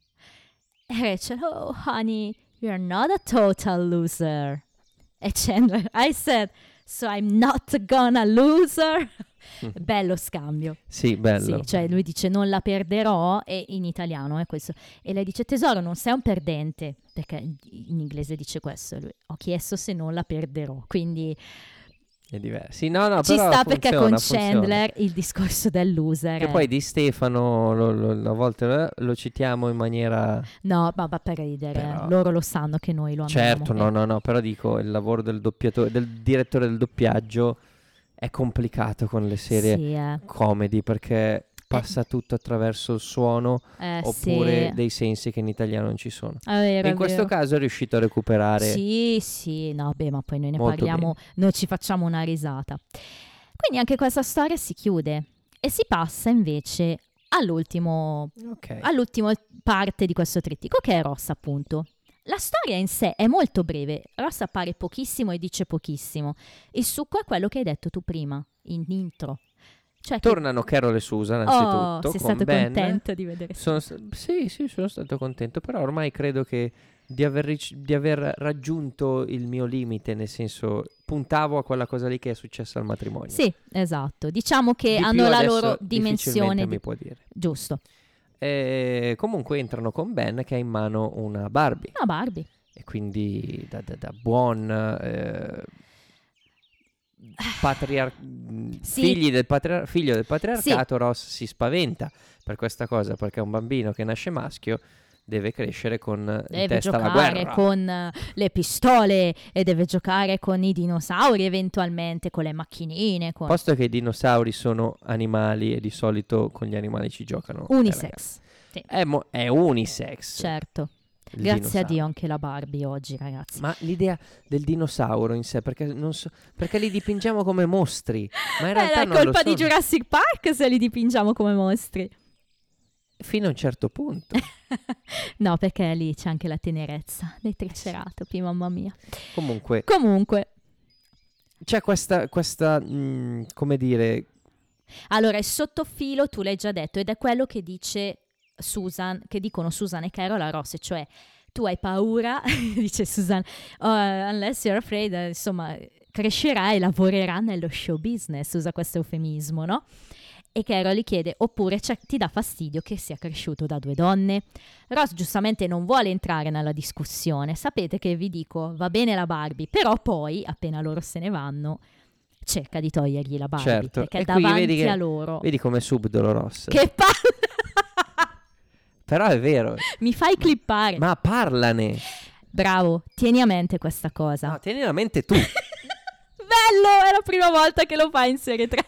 E Rachel, oh honey, you're not a total loser. E Chandler, I said, so I'm not gonna lose her? Bello scambio. Sì, bello. Sì, cioè lui dice non la perderò e in italiano è questo. E lei dice tesoro non sei un perdente, perché in inglese dice questo. E lui, ho chiesto se non la perderò, quindi È diverso. Sì, no, no, ci però sta perché funziona, con funziona. Chandler il discorso del loser. Che è- poi di Stefano lo, lo- a volte lo, lo citiamo in maniera... No, ma va per ridere, Però- loro lo sanno che noi lo amiamo. Certo, no, no, no, però dico, il lavoro del doppiatore, del direttore del doppiaggio è complicato con le serie Sì, eh. comedy perché passa tutto attraverso il suono Eh, oppure sì. dei sensi che in italiano non ci sono. È vero, E è in questo vero. caso è riuscito a recuperare. Sì, sì, no, beh, ma poi noi ne Molto parliamo, noi ci facciamo una risata. Quindi anche questa storia si chiude e si passa invece all'ultimo, Ok. all'ultima parte di questo trittico, che è Ross, appunto. La storia in sé è molto breve, Ross appare pochissimo e dice pochissimo. Il succo è quello che hai detto tu prima, in intro. Cioè che... Tornano Carol e Susan, Oh, anzitutto, sei con stato Ben. contento di vedere Sono sta- sì, sì, sono stato contento, però ormai credo che di aver, ric- di aver raggiunto il mio limite, nel senso, puntavo a quella cosa lì che è successa al matrimonio. Sì, esatto. Diciamo che Di hanno più la adesso loro difficilmente dimensione. mi di- può dire. Giusto. E comunque entrano con Ben che ha in mano una Barbie. Ah, Barbie. E quindi da, da- da buon eh, patriar- Sì. figli del patriar- figlio del patriarcato, Ross si spaventa per questa cosa, perché un bambino che nasce maschio deve crescere con in Deve testa alla giocare guerra. con eh, le pistole e deve giocare con i dinosauri eventualmente, con le macchinine, con... Posto che i dinosauri sono animali e di solito con gli animali ci giocano. eh, ragazzi. Unisex. Sì, È, mo- è unisex. certo. il Grazie a dinosauro. Dio anche la Barbie oggi, ragazzi. Ma l'idea del dinosauro in sé, perché, non so, perché li dipingiamo come mostri, ma in È realtà la non lo colpa di sono. Jurassic Park se li dipingiamo come mostri. Fino a un certo punto. No, perché lì c'è anche la tenerezza dei triceratopi, mamma mia. Comunque, Comunque, c'è questa, questa mh, come dire, allora il sottofilo tu l'hai già detto ed è quello che dice Susan, che dicono Susan e Carol a Ross, cioè tu hai paura, dice Susan, "Oh, unless you're afraid", eh, insomma, crescerà e lavorerà nello show business, usa questo eufemismo, no? E Carol gli chiede, oppure c'è- ti dà fastidio che sia cresciuto da due donne? Ross giustamente non vuole entrare nella discussione, sapete che vi dico, va bene la Barbie, però poi, appena loro se ne vanno, cerca di togliergli la Barbie, certo. perché E qui davanti vedi che- a loro... vedi come subdolo Ross. Che palle! Però è vero. Mi fai clippare. Ma parlane. Bravo, tieni a mente questa cosa. No, tieni a mente tu. Bello, è la prima volta che lo fai in serie tre.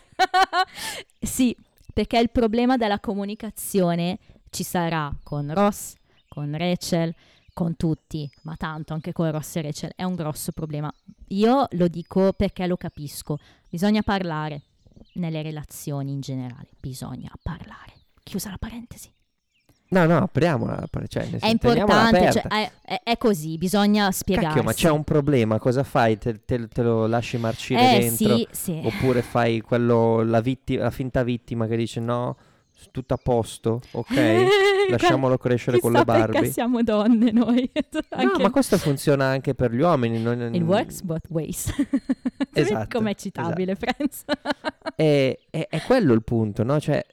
Sì, perché il problema della comunicazione ci sarà con Ross, con Rachel, con tutti, ma tanto anche con Ross e Rachel. È un grosso problema. Io lo dico perché lo capisco. Bisogna parlare nelle relazioni in generale. Bisogna parlare. Chiusa la parentesi. No, no, apriamola. Cioè, nel È senso, teniamola importante, aperta. cioè, è, è- è così, bisogna spiegarsi. Cacchio, ma c'è un problema, cosa fai? Te, te- te lo lasci marcire eh, dentro? sì, sì. Oppure fai quello, la, vitti- la finta vittima che dice no, s- tutto a posto, ok? Lasciamolo crescere con la Chissà Barbie. perché siamo donne noi. No, Anche ma questo funziona anche per gli uomini. non- it works both ways. Esatto, Com'è citabile, Friends. È, è- è quello il punto, no? Cioè,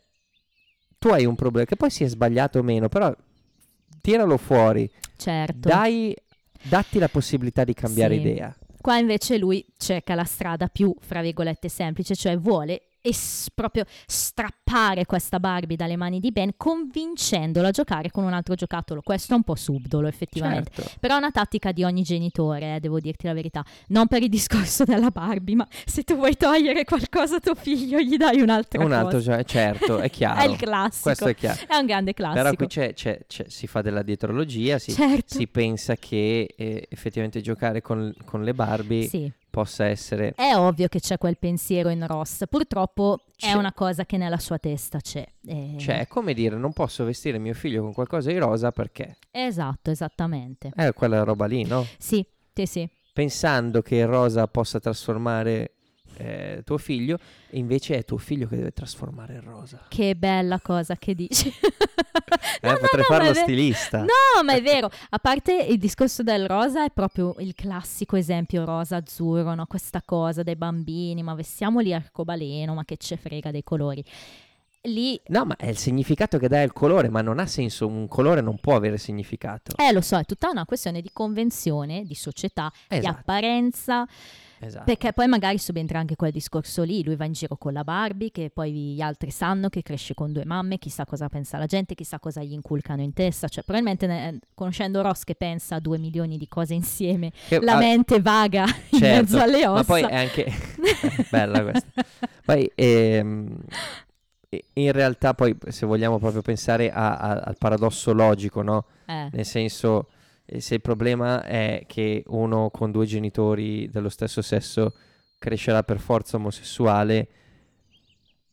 tu hai un problema, che poi sia sbagliato o meno, però tiralo fuori, Certo. dai, datti la possibilità di cambiare Sì. idea. Qua invece lui cerca la strada più, fra virgolette, semplice, cioè vuole es- proprio strappare questa Barbie dalle mani di Ben, convincendolo a giocare con un altro giocattolo. Questo è un po' subdolo, effettivamente. Certo. Però è una tattica di ogni genitore, eh, devo dirti la verità. Non per il discorso della Barbie, ma se tu vuoi togliere qualcosa a tuo figlio, gli dai un'altra Un altro, cosa. cioè, certo, è chiaro. È il classico. Questo è chiaro. È un grande classico. Però qui c'è, c'è- c'è- si fa della dietrologia, si, Certo. si pensa che eh, effettivamente giocare con, con le Barbie Sì. possa essere... È ovvio che c'è quel pensiero in Ross. Purtroppo C'è. è una cosa che nella sua testa c'è. Eh, Cioè, è come dire, non posso vestire mio figlio con qualcosa di rosa perché... Esatto, esattamente. È quella roba lì, no? Sì, sì, sì. Pensando che il rosa possa trasformare eh, tuo figlio, e invece è tuo figlio che deve trasformare il rosa. Che bella cosa che dici. Eh, potrei ma farlo è ve- stilista. No, ma è vero. A parte il discorso del rosa, è proprio il classico esempio rosa-azzurro, no? Questa cosa dei bambini, ma vestiamoli arcobaleno, ma che ce frega dei colori. Lì, No, ma è il significato che dai al colore, ma non ha senso, un colore non può avere significato. eh, lo so, è tutta una questione di convenzione, di società, di Esatto. apparenza. Esatto. Perché poi magari subentra anche quel discorso lì, lui va in giro con la Barbie, che poi gli altri sanno che cresce con due mamme, chissà cosa pensa la gente, chissà cosa gli inculcano in testa, cioè probabilmente ne- conoscendo Ross che pensa a due milioni di cose insieme, Che- la ah, mente vaga in certo, mezzo alle ossa. ma poi è anche... Bella questa. Poi ehm, e- in realtà poi se vogliamo proprio pensare a- a- al paradosso logico, no? Eh, Nel senso, eh, se il problema è che uno con due genitori dello stesso sesso crescerà per forza omosessuale,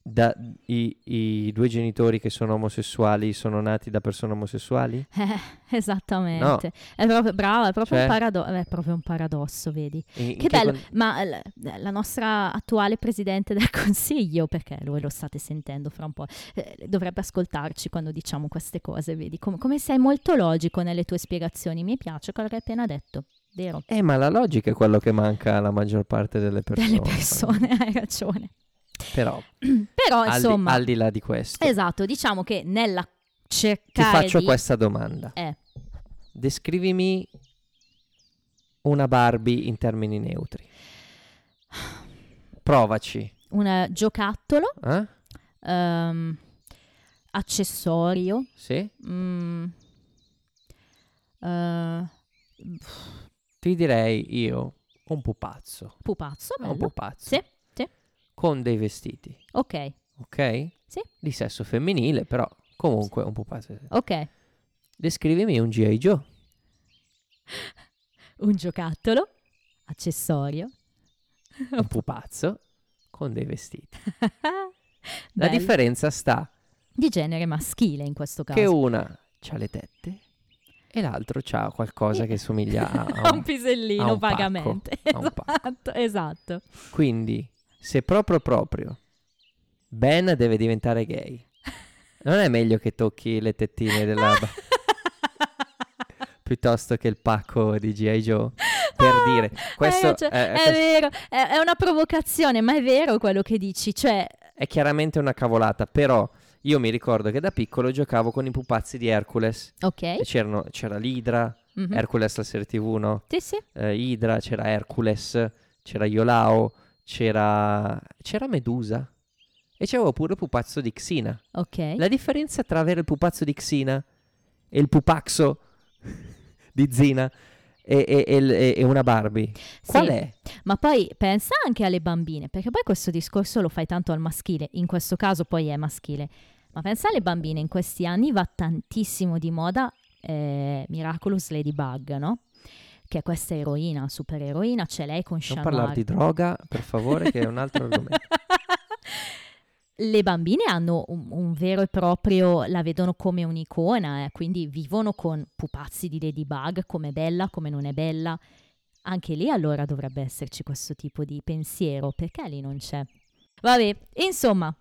da, i, i due genitori che sono omosessuali sono nati da persone omosessuali? Eh, esattamente. No. È proprio, brava, è proprio, Cioè? un parado- è proprio un paradosso, vedi. In- in Che bello, con- ma l- la nostra attuale presidente del Consiglio, perché voi lo state sentendo fra un po', eh, dovrebbe ascoltarci quando diciamo queste cose, vedi, Com- come sei molto logico nelle tue spiegazioni. Mi piace quello che hai appena detto, vero? Eh, ma la logica è quello che manca alla maggior parte delle persone. Delle persone, hai ragione. Però, Però, al di, insomma, al di là di questo, esatto, diciamo che nella ti cercare faccio di... questa domanda. Eh, Descrivimi una Barbie in termini neutri. Provaci. un giocattolo, Eh? ehm, accessorio, Sì? mm, eh, Ti direi io un pupazzo. pupazzo, Un bello. pupazzo. Sì, sì. Con dei vestiti. Ok, Ok? Sì. Di sesso femminile, però comunque un pupazzo. ok. Descrivimi un G I. Joe. Un giocattolo, accessorio. Un pupazzo con dei vestiti. La Bello. differenza sta Di genere maschile in questo caso. che una c'ha le tette e l'altro c'ha qualcosa che somiglia a, a A un un... pisellino a un pacco, vagamente. a un pacco. Esatto, esatto. Quindi, se proprio proprio Ben deve diventare gay, non è meglio che tocchi le tettine della... piuttosto che il pacco di G I. Joe? Per Ah, dire, questo hai ragione, è, è, è- vero, è, è una provocazione, ma è vero quello che dici, cioè, è chiaramente una cavolata, però io mi ricordo che da piccolo giocavo con i pupazzi di Hercules. ok. E c'erano, c'era l'Idra, Mhm. Hercules la serie tivù, no? Sì, sì. Eh, Idra, c'era Hercules, c'era Iolao, c'era, c'era Medusa e c'avevo pure il pupazzo di Xina. Ok. La differenza tra avere il pupazzo di Xina e il pupazzo di Zina e, e- e il- e- e una Barbie, qual Sì. è? Ma poi pensa anche alle bambine, perché poi questo discorso lo fai tanto al maschile, in questo caso poi è maschile, ma pensa alle bambine, in questi anni va tantissimo di moda eh, Miraculous Ladybug, no? Che è questa eroina, supereroina, c'è lei con Non Chanel. parlare di droga, per favore, che è un altro argomento. Le bambine hanno un, un vero e proprio, la vedono come un'icona, eh, quindi vivono con pupazzi di Ladybug, come è bella, come non è bella. Anche lì allora dovrebbe esserci questo tipo di pensiero, perché lì non c'è? Vabbè, insomma,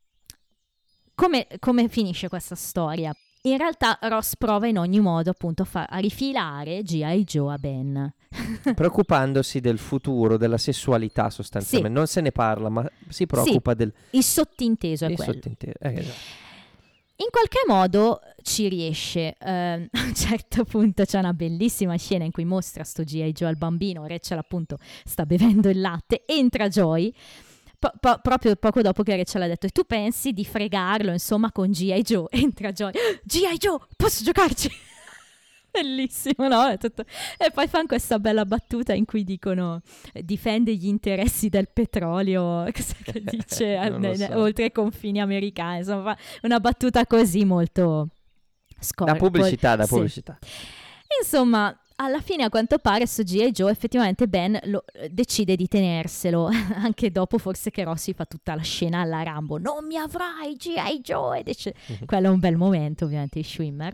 come, come finisce questa storia? In realtà Ross prova in ogni modo appunto a, fa- a rifilare G I. Joe a Ben. Preoccupandosi del futuro, della sessualità sostanzialmente. Non se ne parla, ma si preoccupa del... Il sottinteso è del quello. sottinteso. Eh, esatto. In qualche modo ci riesce. Eh, a un certo punto c'è una bellissima scena in cui mostra sto G I. Joe al bambino, Rachel appunto sta bevendo il latte, entra Joy, po- po- proprio poco dopo che Rachel ha detto e tu pensi di fregarlo insomma con G I. Joe, entra Joy, G I. Joe, posso giocarci? Bellissimo, no? È tutto- E poi fanno questa bella battuta in cui dicono eh, difende gli interessi del petrolio, cosa che dice Non lo eh, so. oltre i confini americani, insomma, fa una battuta così molto scor- Da pubblicità, da sì. pubblicità. Insomma, alla fine a quanto pare sto G I. Joe effettivamente Ben lo, eh, decide di tenerselo, anche dopo forse che Rossi fa tutta la scena alla Rambo, non mi avrai G I. Joe, e dice, quello è un bel momento ovviamente di Schwimmer.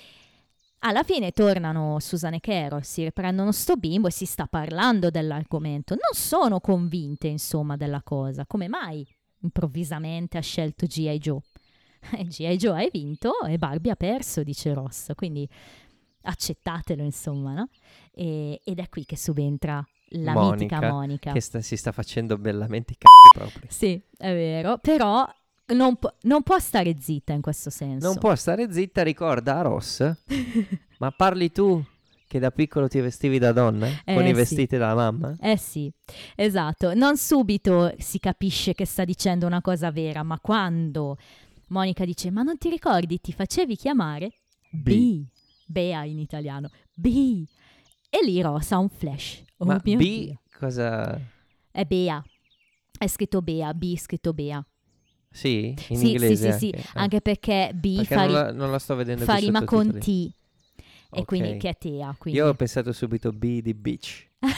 Alla fine tornano Susan e Carol, si riprendono sto bimbo e si sta parlando dell'argomento. Non sono convinte, insomma, della cosa. Come mai improvvisamente ha scelto G I. Joe? G I. Joe hai vinto e Barbie ha perso, dice Ross. Quindi accettatelo, insomma, no? E- ed è qui che subentra la Monica, mitica Monica. Che sta- si sta facendo bellamente i c***i proprio. Sì, è vero, però non, pu- non può stare zitta in questo senso. Non può stare zitta, ricorda a Ross. Ma parli tu che da piccolo ti vestivi da donna? Eh, con i sì. vestiti della mamma? Eh sì, esatto. Non subito si capisce che sta dicendo una cosa vera, ma quando Monica dice ma non ti ricordi, ti facevi chiamare B. B. Bea in italiano. B. E lì Ross ha un flash. Oh Ma mio B Dio. cosa... È Bea. È scritto Bea, B è scritto Bea. Sì? In sì, inglese sì, sì, sì, anche? Eh. anche perché B Perché fa, non ri- la, non la sto vedendo fa qui rima con sottotitoli. T. E Ok. quindi che è Tea. Quindi. Io ho pensato subito B di beach.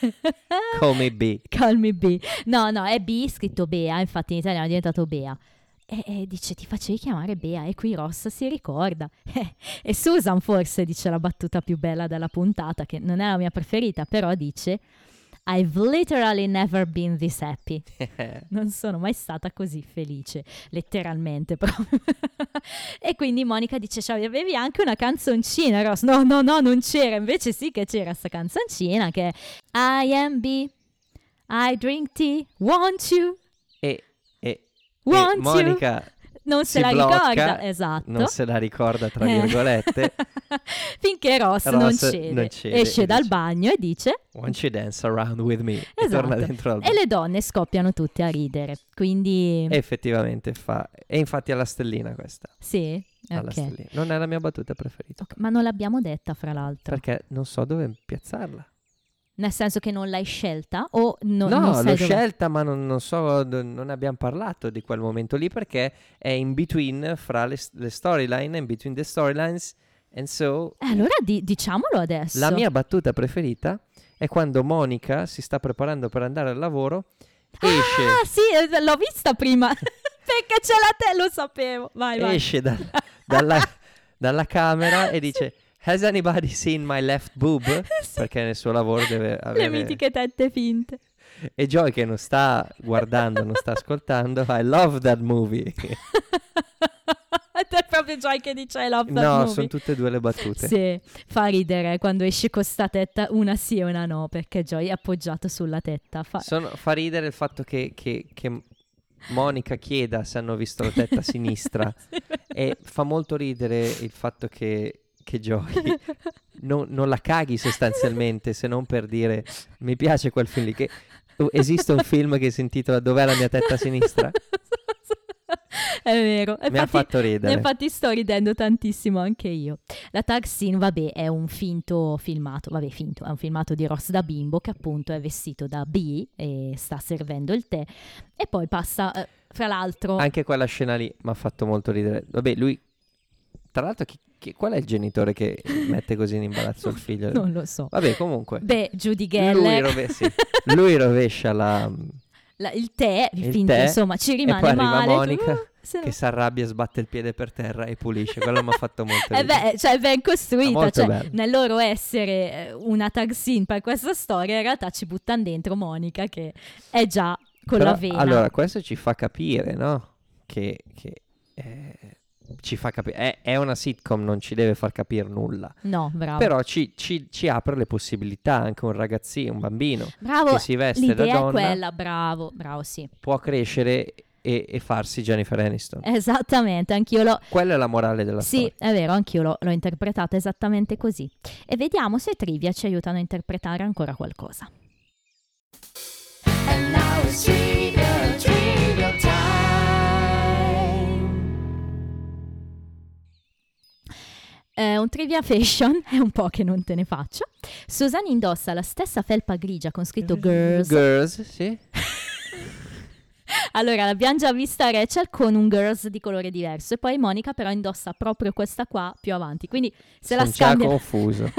Call me B. Call me B. No, no, è B scritto Bea, infatti in italiano è diventato Bea. E, e dice, ti facevi chiamare Bea, e qui Ross si ricorda. E Susan forse dice la battuta più bella della puntata, che non è la mia preferita, però dice, I've literally never been this happy. Non sono mai stata così felice, letteralmente proprio. E quindi Monica dice, cioè, avevi anche una canzoncina, Ross? No, no, no, non c'era. Invece sì che c'era sta canzoncina che è I am B, I drink tea, want you, E, e, want e Monica you. Non si se la blocca, ricorda, esatto. non se la ricorda tra virgolette. Finché Ross, Ross non, cede. non cede, Esce e dal dice, bagno e dice Won't you dance around with me? E esatto. torna dentro al E bagno. le donne scoppiano tutte a ridere. Quindi E effettivamente fa. E infatti alla stellina questa. sì, Alla ok. stellina. Non è la mia battuta preferita. Ok, ma non l'abbiamo detta, fra l'altro. Perché non so dove piazzarla. Nel senso che non l'hai scelta o no, No, non sai l'ho dove- scelta, ma non, non so, d- non abbiamo parlato di quel momento lì perché è in between fra le, le storyline, in between the storylines, and so Eh, allora di- diciamolo adesso. la mia battuta preferita è quando Monica si sta preparando per andare al lavoro, esce, Ah, sì, eh, l'ho vista prima. Perché c'è la te, lo sapevo. Vai, vai. esce da- dalla, dalla camera e dice Has anybody seen my left boob? Perché nel suo lavoro deve Le avere... mitiche tette finte. E Joy che non sta guardando, non sta ascoltando, I love that movie. È proprio Joy che dice I love that No, movie. sono tutte e due le battute. Sì, fa ridere quando esce con sta tetta, una sì e una no, perché Joy è appoggiato sulla tetta. Fa... Sono- fa ridere il fatto che, che- che Monica chieda se hanno visto la tetta sinistra e fa molto ridere il fatto che, che Joy non, non la caghi sostanzialmente, se non per dire mi piace quel film lì. Che, esiste un film che si intitola Dov'è la mia tetta sinistra? È vero. Mi ha fatto ridere. Infatti sto ridendo tantissimo anche io. La tag scene, vabbè, è un finto filmato, vabbè, finto, è un filmato di Ross da bimbo che appunto è vestito da B e sta servendo il tè e poi passa, eh, fra l'altro... Anche quella scena lì mi ha fatto molto ridere. Vabbè, lui... Tra l'altro, chi, chi- qual è il genitore che mette così in imbarazzo il figlio? Non lo so. Vabbè, comunque. Beh, Judy Lui, Geller, rove- sì. Lui rovescia la... la- il tè, il il finto, tè, insomma, ci e rimane poi arriva male. Monica Uh, se no- che si arrabbia, sbatte il piede per terra e pulisce. Quello mi ha fatto molto Eh ridere. beh, cioè è ben costruita, Molto cioè, bello. nel loro essere eh, una tag scene per questa storia, in realtà ci buttano dentro Monica che è già con Però, la vena. allora, questo ci fa capire, no? Che, che eh, ci fa capire. È, è una sitcom, non ci deve far capire nulla. No, bravo. Però ci, ci- ci apre le possibilità. Anche un ragazzino, un bambino bravo, che si veste da l'idea è donna quella, bravo, bravo, sì. può crescere e, e farsi Jennifer Aniston. Esattamente, anch'io l'ho... Quella è la morale della Sì, storia. è vero, anch'io l'ho, l'ho interpretata esattamente così. E vediamo se trivia ci aiutano a interpretare ancora qualcosa. And now it's trivia, trivia time. Eh, un trivia fashion, è un po' che non te ne faccio. Susan indossa la stessa felpa grigia con scritto girls. Girls, sì. Allora, l'abbiamo già vista Rachel con un girls di colore diverso e poi Monica però indossa proprio questa qua più avanti. Quindi se la Sono già scambia... confuso.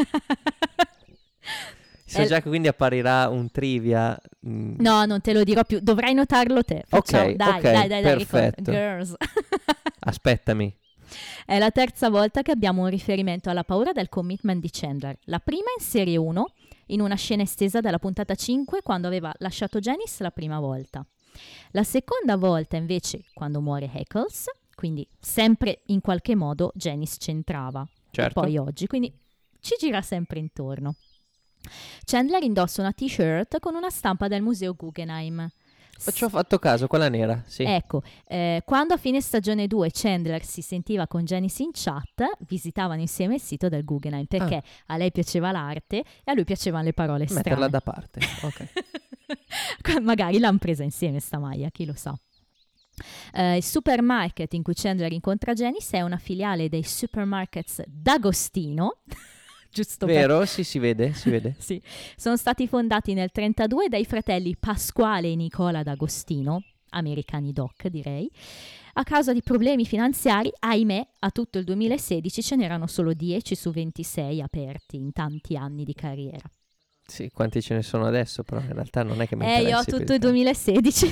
So Eh, già che quindi apparirà un trivia. mm, No, non te lo dirò più, dovrai notarlo te. Facciamo- Ok, dai, ok, dai, dai, dai, ricorda. perfetto. Girls. Aspettami. È la terza volta che abbiamo un riferimento alla paura del commitment di Chandler. La prima in serie uno, in una scena estesa dalla puntata cinque, quando aveva lasciato Janice la prima volta. La seconda volta invece quando muore Heckles, quindi sempre in qualche modo Janice c'entrava. Certo. E poi oggi, quindi ci gira sempre intorno. Chandler indossa una t-shirt con una stampa del museo Guggenheim. Ci ho fatto caso, quella nera, sì. Ecco, eh, quando a fine stagione due Chandler si sentiva con Janice in chat, visitavano insieme il sito del Guggenheim perché a lei piaceva l'arte e a lui piacevano le parole strane. Metterla da parte, ok. Magari l'hanno presa insieme sta maglia, chi lo sa. Eh, il supermarket in cui Chandler incontra Janice è una filiale dei supermarkets D'Agostino. Giusto per... Vero? Sì, si vede, si vede. Sì, sono stati fondati nel trentadue dai fratelli Pasquale e Nicola D'Agostino, americani doc direi. A causa di problemi finanziari, ahimè, a tutto il duemilasedici ce n'erano solo dieci su ventisei aperti in tanti anni di carriera. Sì, quanti ce ne sono adesso, però in realtà non è che mi Eh, io ho interessi più tutto di il tanto. duemilasedici,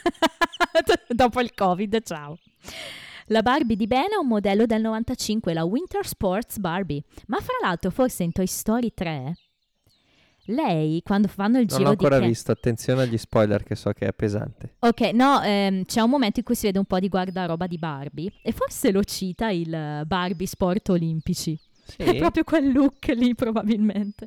dopo il Covid, ciao. La Barbie di Ben è un modello del novantacinque, la Winter Sports Barbie. Ma fra l'altro, forse in Toy Story tre, lei, quando fanno il Non giro ho ancora di Ken... visto, attenzione agli spoiler che so che è pesante. Ok, no, ehm, c'è un momento in cui si vede un po' di guardaroba di Barbie e forse lo cita il eh, Barbie Sport Olimpici. Sì? È proprio quel look lì, probabilmente.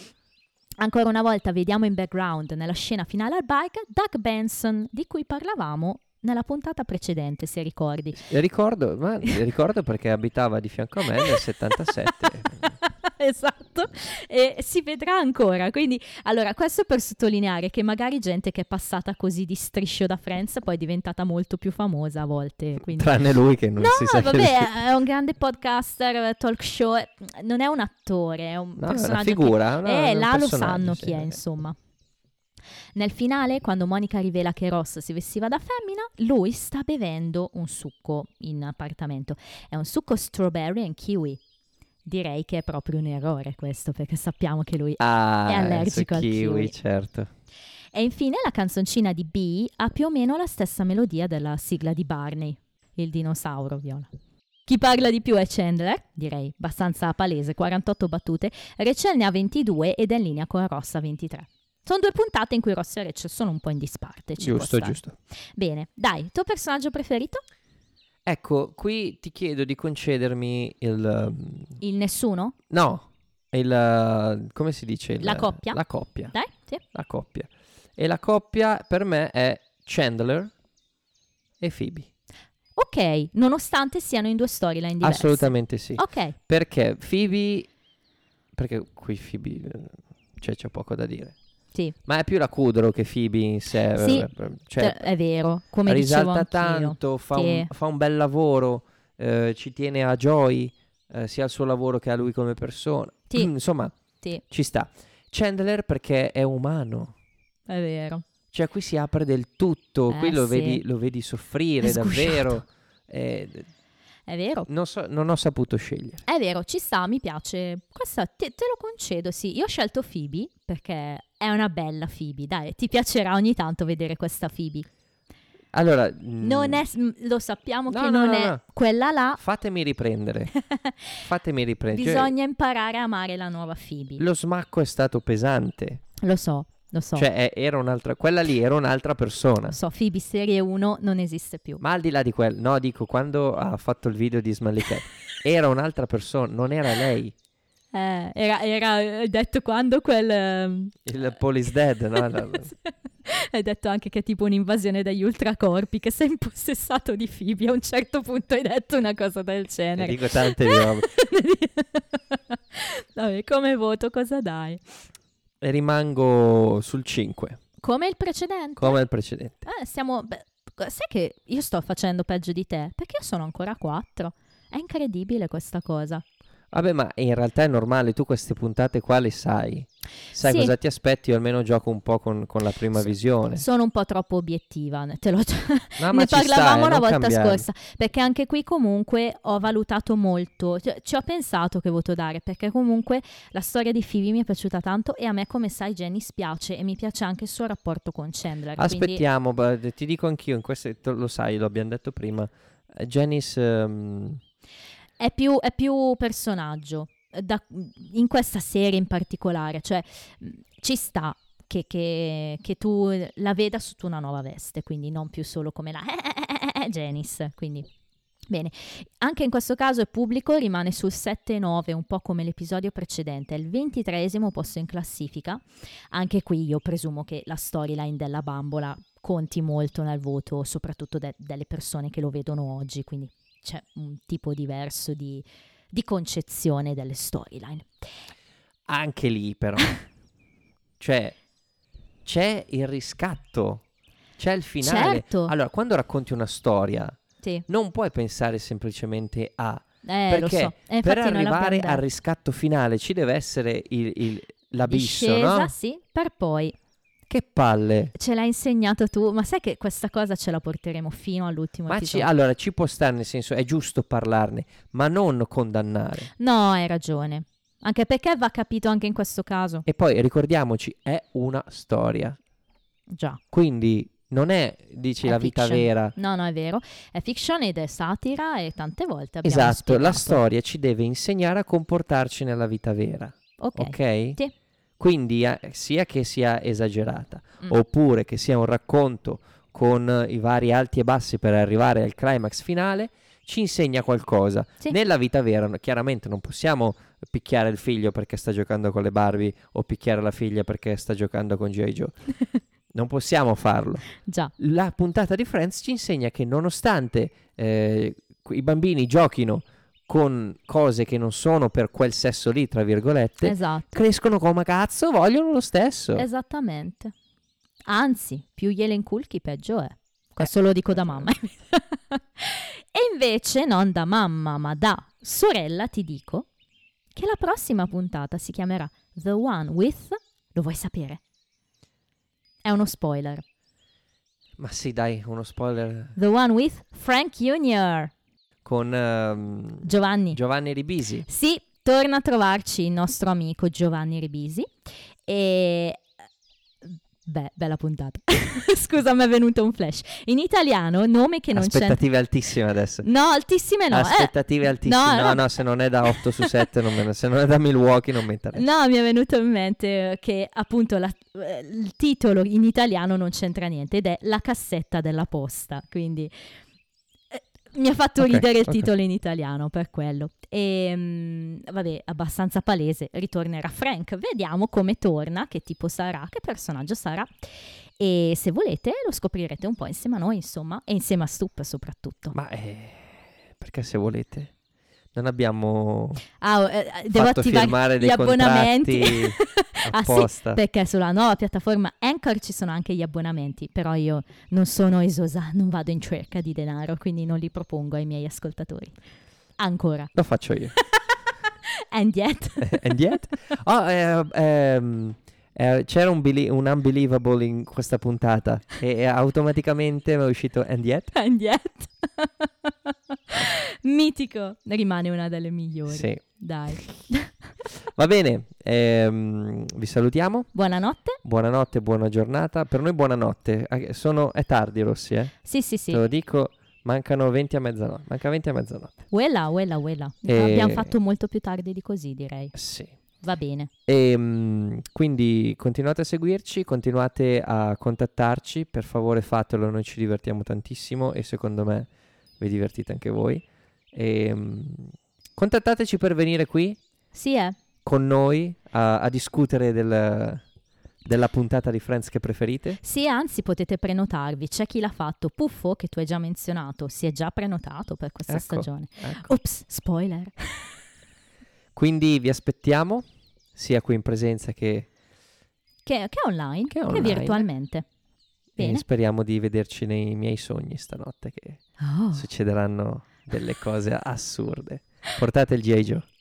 Ancora una volta vediamo in background, nella scena finale al bike, Doug Benson, di cui parlavamo nella puntata precedente, se ricordi. E ricordo, ma ricordo perché abitava di fianco a me nel settantasette. Esatto, e si vedrà ancora. Quindi, allora, questo per sottolineare che magari gente che è passata così di striscio da Friends poi è diventata molto più famosa a volte. Quindi... Tranne lui che non No, si sa che- vabbè, è un grande podcaster, talk show, eh, non è un attore, è un No, è una personaggio figura, che... no, eh, è un là lo personaggio, sanno sì, chi è, ok. insomma. Nel finale, quando Monica rivela che Ross si vestiva da femmina, lui sta bevendo un succo in appartamento. È un succo strawberry and kiwi. Direi che è proprio un errore questo, perché sappiamo che lui Ah, è allergico su al kiwi. kiwi, certo. E infine la canzoncina di Bee ha più o meno la stessa melodia della sigla di Barney, il dinosauro viola. Chi parla di più è Chandler, direi abbastanza palese, quarantotto battute. Rachel ne ha ventidue ed è in linea con Ross a ventitré. Sono due puntate in cui Ross e Rachel sono un po' in disparte. ci può Giusto, stare. giusto. Bene, dai, tuo personaggio preferito? Ecco, qui ti chiedo di concedermi il... um, Il nessuno? No, il... uh, come si dice? Il- La coppia? La coppia. Dai, sì. La coppia. E la coppia per me è Chandler e Phoebe. Ok, nonostante siano in due storyline diverse. Assolutamente sì. Ok, Perché Phoebe... Perché qui Phoebe... eh, Cioè, c'è poco da dire. sì. Ma è più la Kudrow che Phoebe in sé. Sì, eh, eh, Cioè, Cioè, è vero, come dicevo risalta anch'io. tanto, fa, Sì. un, fa un bel lavoro, eh, ci tiene a Joy, eh, sia al suo lavoro che a lui come persona. Sì. Insomma, Sì, ci sta. Chandler perché è umano. è vero. Cioè, qui si apre del tutto, Eh, qui lo, sì. vedi, lo vedi soffrire È sgusciato. davvero. Eh, È vero. non, so- non ho saputo scegliere. È vero, ci sta, mi piace. Questa te, te lo concedo, sì. Io ho scelto Phoebe perché è una bella Phoebe. Dai, ti piacerà ogni tanto vedere questa Phoebe. Allora, mm, Non è, m, lo sappiamo No, che no, non no, è no. quella là. fatemi riprendere. Fatemi riprendere. Cioè, Bisogna imparare a amare la nuova Phoebe. lo smacco è stato pesante. Lo so, lo so. Cioè, è- era un'altra, quella lì era un'altra persona. Lo so, Phoebe serie uno non esiste più. Ma al di là di quello, no, dico, quando ha fatto il video di Smelly Cat, era un'altra persona, non era lei. Eh, era, era eh, detto quando quel... ehm, Il Paul is dead, no? No, no. Hai detto anche che è tipo un'invasione dagli ultracorpi, che sei impossessato di Phoebe. A un certo punto hai detto una cosa del Ne genere. dico tante di robe. Vabbè, come voto cosa dai? E rimango sul cinque, Come il precedente? come il precedente. Eh, siamo... beh, sai che io sto facendo peggio di te? Perché io sono ancora a quattro. È incredibile questa cosa. Vabbè, ma in realtà è normale, tu queste puntate qua le sai. Sai Sì. cosa ti aspetti, io almeno gioco un po' con, con la prima Sì. visione. Sono un po' troppo obiettiva, ne- te l'ho già... No, ma ne ci sta, parlavamo eh, la non volta cambiare. scorsa, perché anche qui comunque ho valutato molto, cioè, ci ho pensato che voto dare, perché comunque la storia di Phoebe mi è piaciuta tanto e a me, come sai, Jenny spiace e mi piace anche il suo rapporto con Chandler. quindi- Aspettiamo, beh, ti dico anch'io, in queste, te lo sai, lo abbiamo detto prima, eh, Janice... ehm, È più, è più personaggio, da- in questa serie in particolare, cioè mh, ci sta che, che- che tu la veda sotto una nuova veste, quindi non più solo come la Janice, quindi bene. Anche in questo caso il pubblico rimane sul sette nove, un po' come l'episodio precedente, è il ventitreesimo posto in classifica. Anche qui io presumo che la storyline della bambola conti molto nel voto, soprattutto de- delle persone che lo vedono oggi, quindi c'è un tipo diverso di, di concezione delle storyline. Anche lì però, cioè, c'è il riscatto, c'è il finale. Certo. Allora, quando racconti una storia, Sì, non puoi pensare semplicemente a... eh, lo perché so. E per infatti noi arrivare l'abbiamo al detto. riscatto finale ci deve essere il, il- l'abisso, Discesa, no? sì, per poi Che palle. ce l'hai insegnato tu, ma sai che questa cosa ce la porteremo fino all'ultimo Ma ci, episodio? allora, ci può stare, nel senso, è giusto parlarne, ma non condannare. No, hai ragione. Anche perché va capito anche in questo caso. E poi ricordiamoci, è una storia. Già. Quindi non è, dici, È la vita fiction. vera. No, no, è vero. È fiction ed è satira e tante volte abbiamo Esatto, la spiegato. storia ci deve insegnare a comportarci nella vita vera. Ok. Ok? Sì. Quindi eh, sia che sia esagerata, Mm. oppure che sia un racconto con eh, i vari alti e bassi per arrivare al climax finale, ci insegna qualcosa. Sì. Nella vita vera, no- chiaramente non possiamo picchiare il figlio perché sta giocando con le Barbie o picchiare la figlia perché sta giocando con G I. Joe. Non possiamo farlo. Già. La puntata di Friends ci insegna che nonostante eh, i bambini giochino con cose che non sono per quel sesso lì, tra virgolette, Esatto. crescono come cazzo, vogliono lo stesso. Esattamente. Anzi, più gliele inculchi, peggio è. Questo lo dico da mamma. E invece, non da mamma, ma da sorella, ti dico che la prossima puntata si chiamerà The One with... Lo vuoi sapere? È uno spoiler. Ma sì, dai, uno spoiler The One with Frank Junior con ehm, Giovanni. Giovanni Ribisi. Sì, torna a trovarci il nostro amico Giovanni Ribisi e... Beh, bella puntata. Scusa, mi è venuto un flash. In italiano, nome che non c'è... Aspettative altissime adesso. No, altissime no. eh. Aspettative altissime. No, no. no, se non è da otto su sette, non me ne- se non è da Milwaukee non mi interessa. No, mi è venuto in mente che appunto la- eh, il titolo in italiano non c'entra niente ed è La cassetta della posta, quindi eh, mi ha fatto Ok, ridere il ok. titolo in italiano per quello. E mm, vabbè, abbastanza palese, ritornerà Frank, vediamo come torna, che tipo sarà, che personaggio sarà. E se volete lo scoprirete un po' insieme a noi, insomma, e insieme a Stup soprattutto. Ma eh, perché se volete? Non abbiamo Ah, eh, devo fatto attivare firmare gli dei abbonamenti. contratti Ah sì, apposta. perché sulla nuova piattaforma Anchor ci sono anche gli abbonamenti, però io non sono esosa, non vado in cerca di denaro, quindi non li propongo ai miei ascoltatori. Ancora. Lo faccio io. And yet. And yet? Oh, eh, ehm, eh, c'era un, beli- un unbelievable in questa puntata e, e automaticamente mi è uscito and yet? And yet. Mitico, rimane una delle migliori. Sì. Dai. Va bene, ehm, vi salutiamo. Buonanotte. Buonanotte, buona giornata. Per noi buonanotte. Eh, Sono, è tardi, Rossi, eh? Sì, sì, sì. Te lo dico, mancano venti a mezzanotte. Manca venti a mezzanotte. Uella, uella, uella. E- Abbiamo fatto molto più tardi di così, direi. Sì. Va bene. E mm, quindi continuate a seguirci, continuate a contattarci, per favore fatelo, noi ci divertiamo tantissimo e secondo me vi divertite anche voi. E, mm, contattateci per venire qui Sì, eh. con noi a, a discutere del- della puntata di Friends che preferite. Sì, anzi potete prenotarvi. C'è chi l'ha fatto. Puffo, che tu hai già menzionato, si è già prenotato per questa Ecco, stagione. ecco. Ops, spoiler. Quindi vi aspettiamo sia qui in presenza che Che, che è online, Che che, è online. virtualmente. e Bene. speriamo di vederci nei miei sogni stanotte che Oh. succederanno delle cose assurde. Portate il G I. Joe.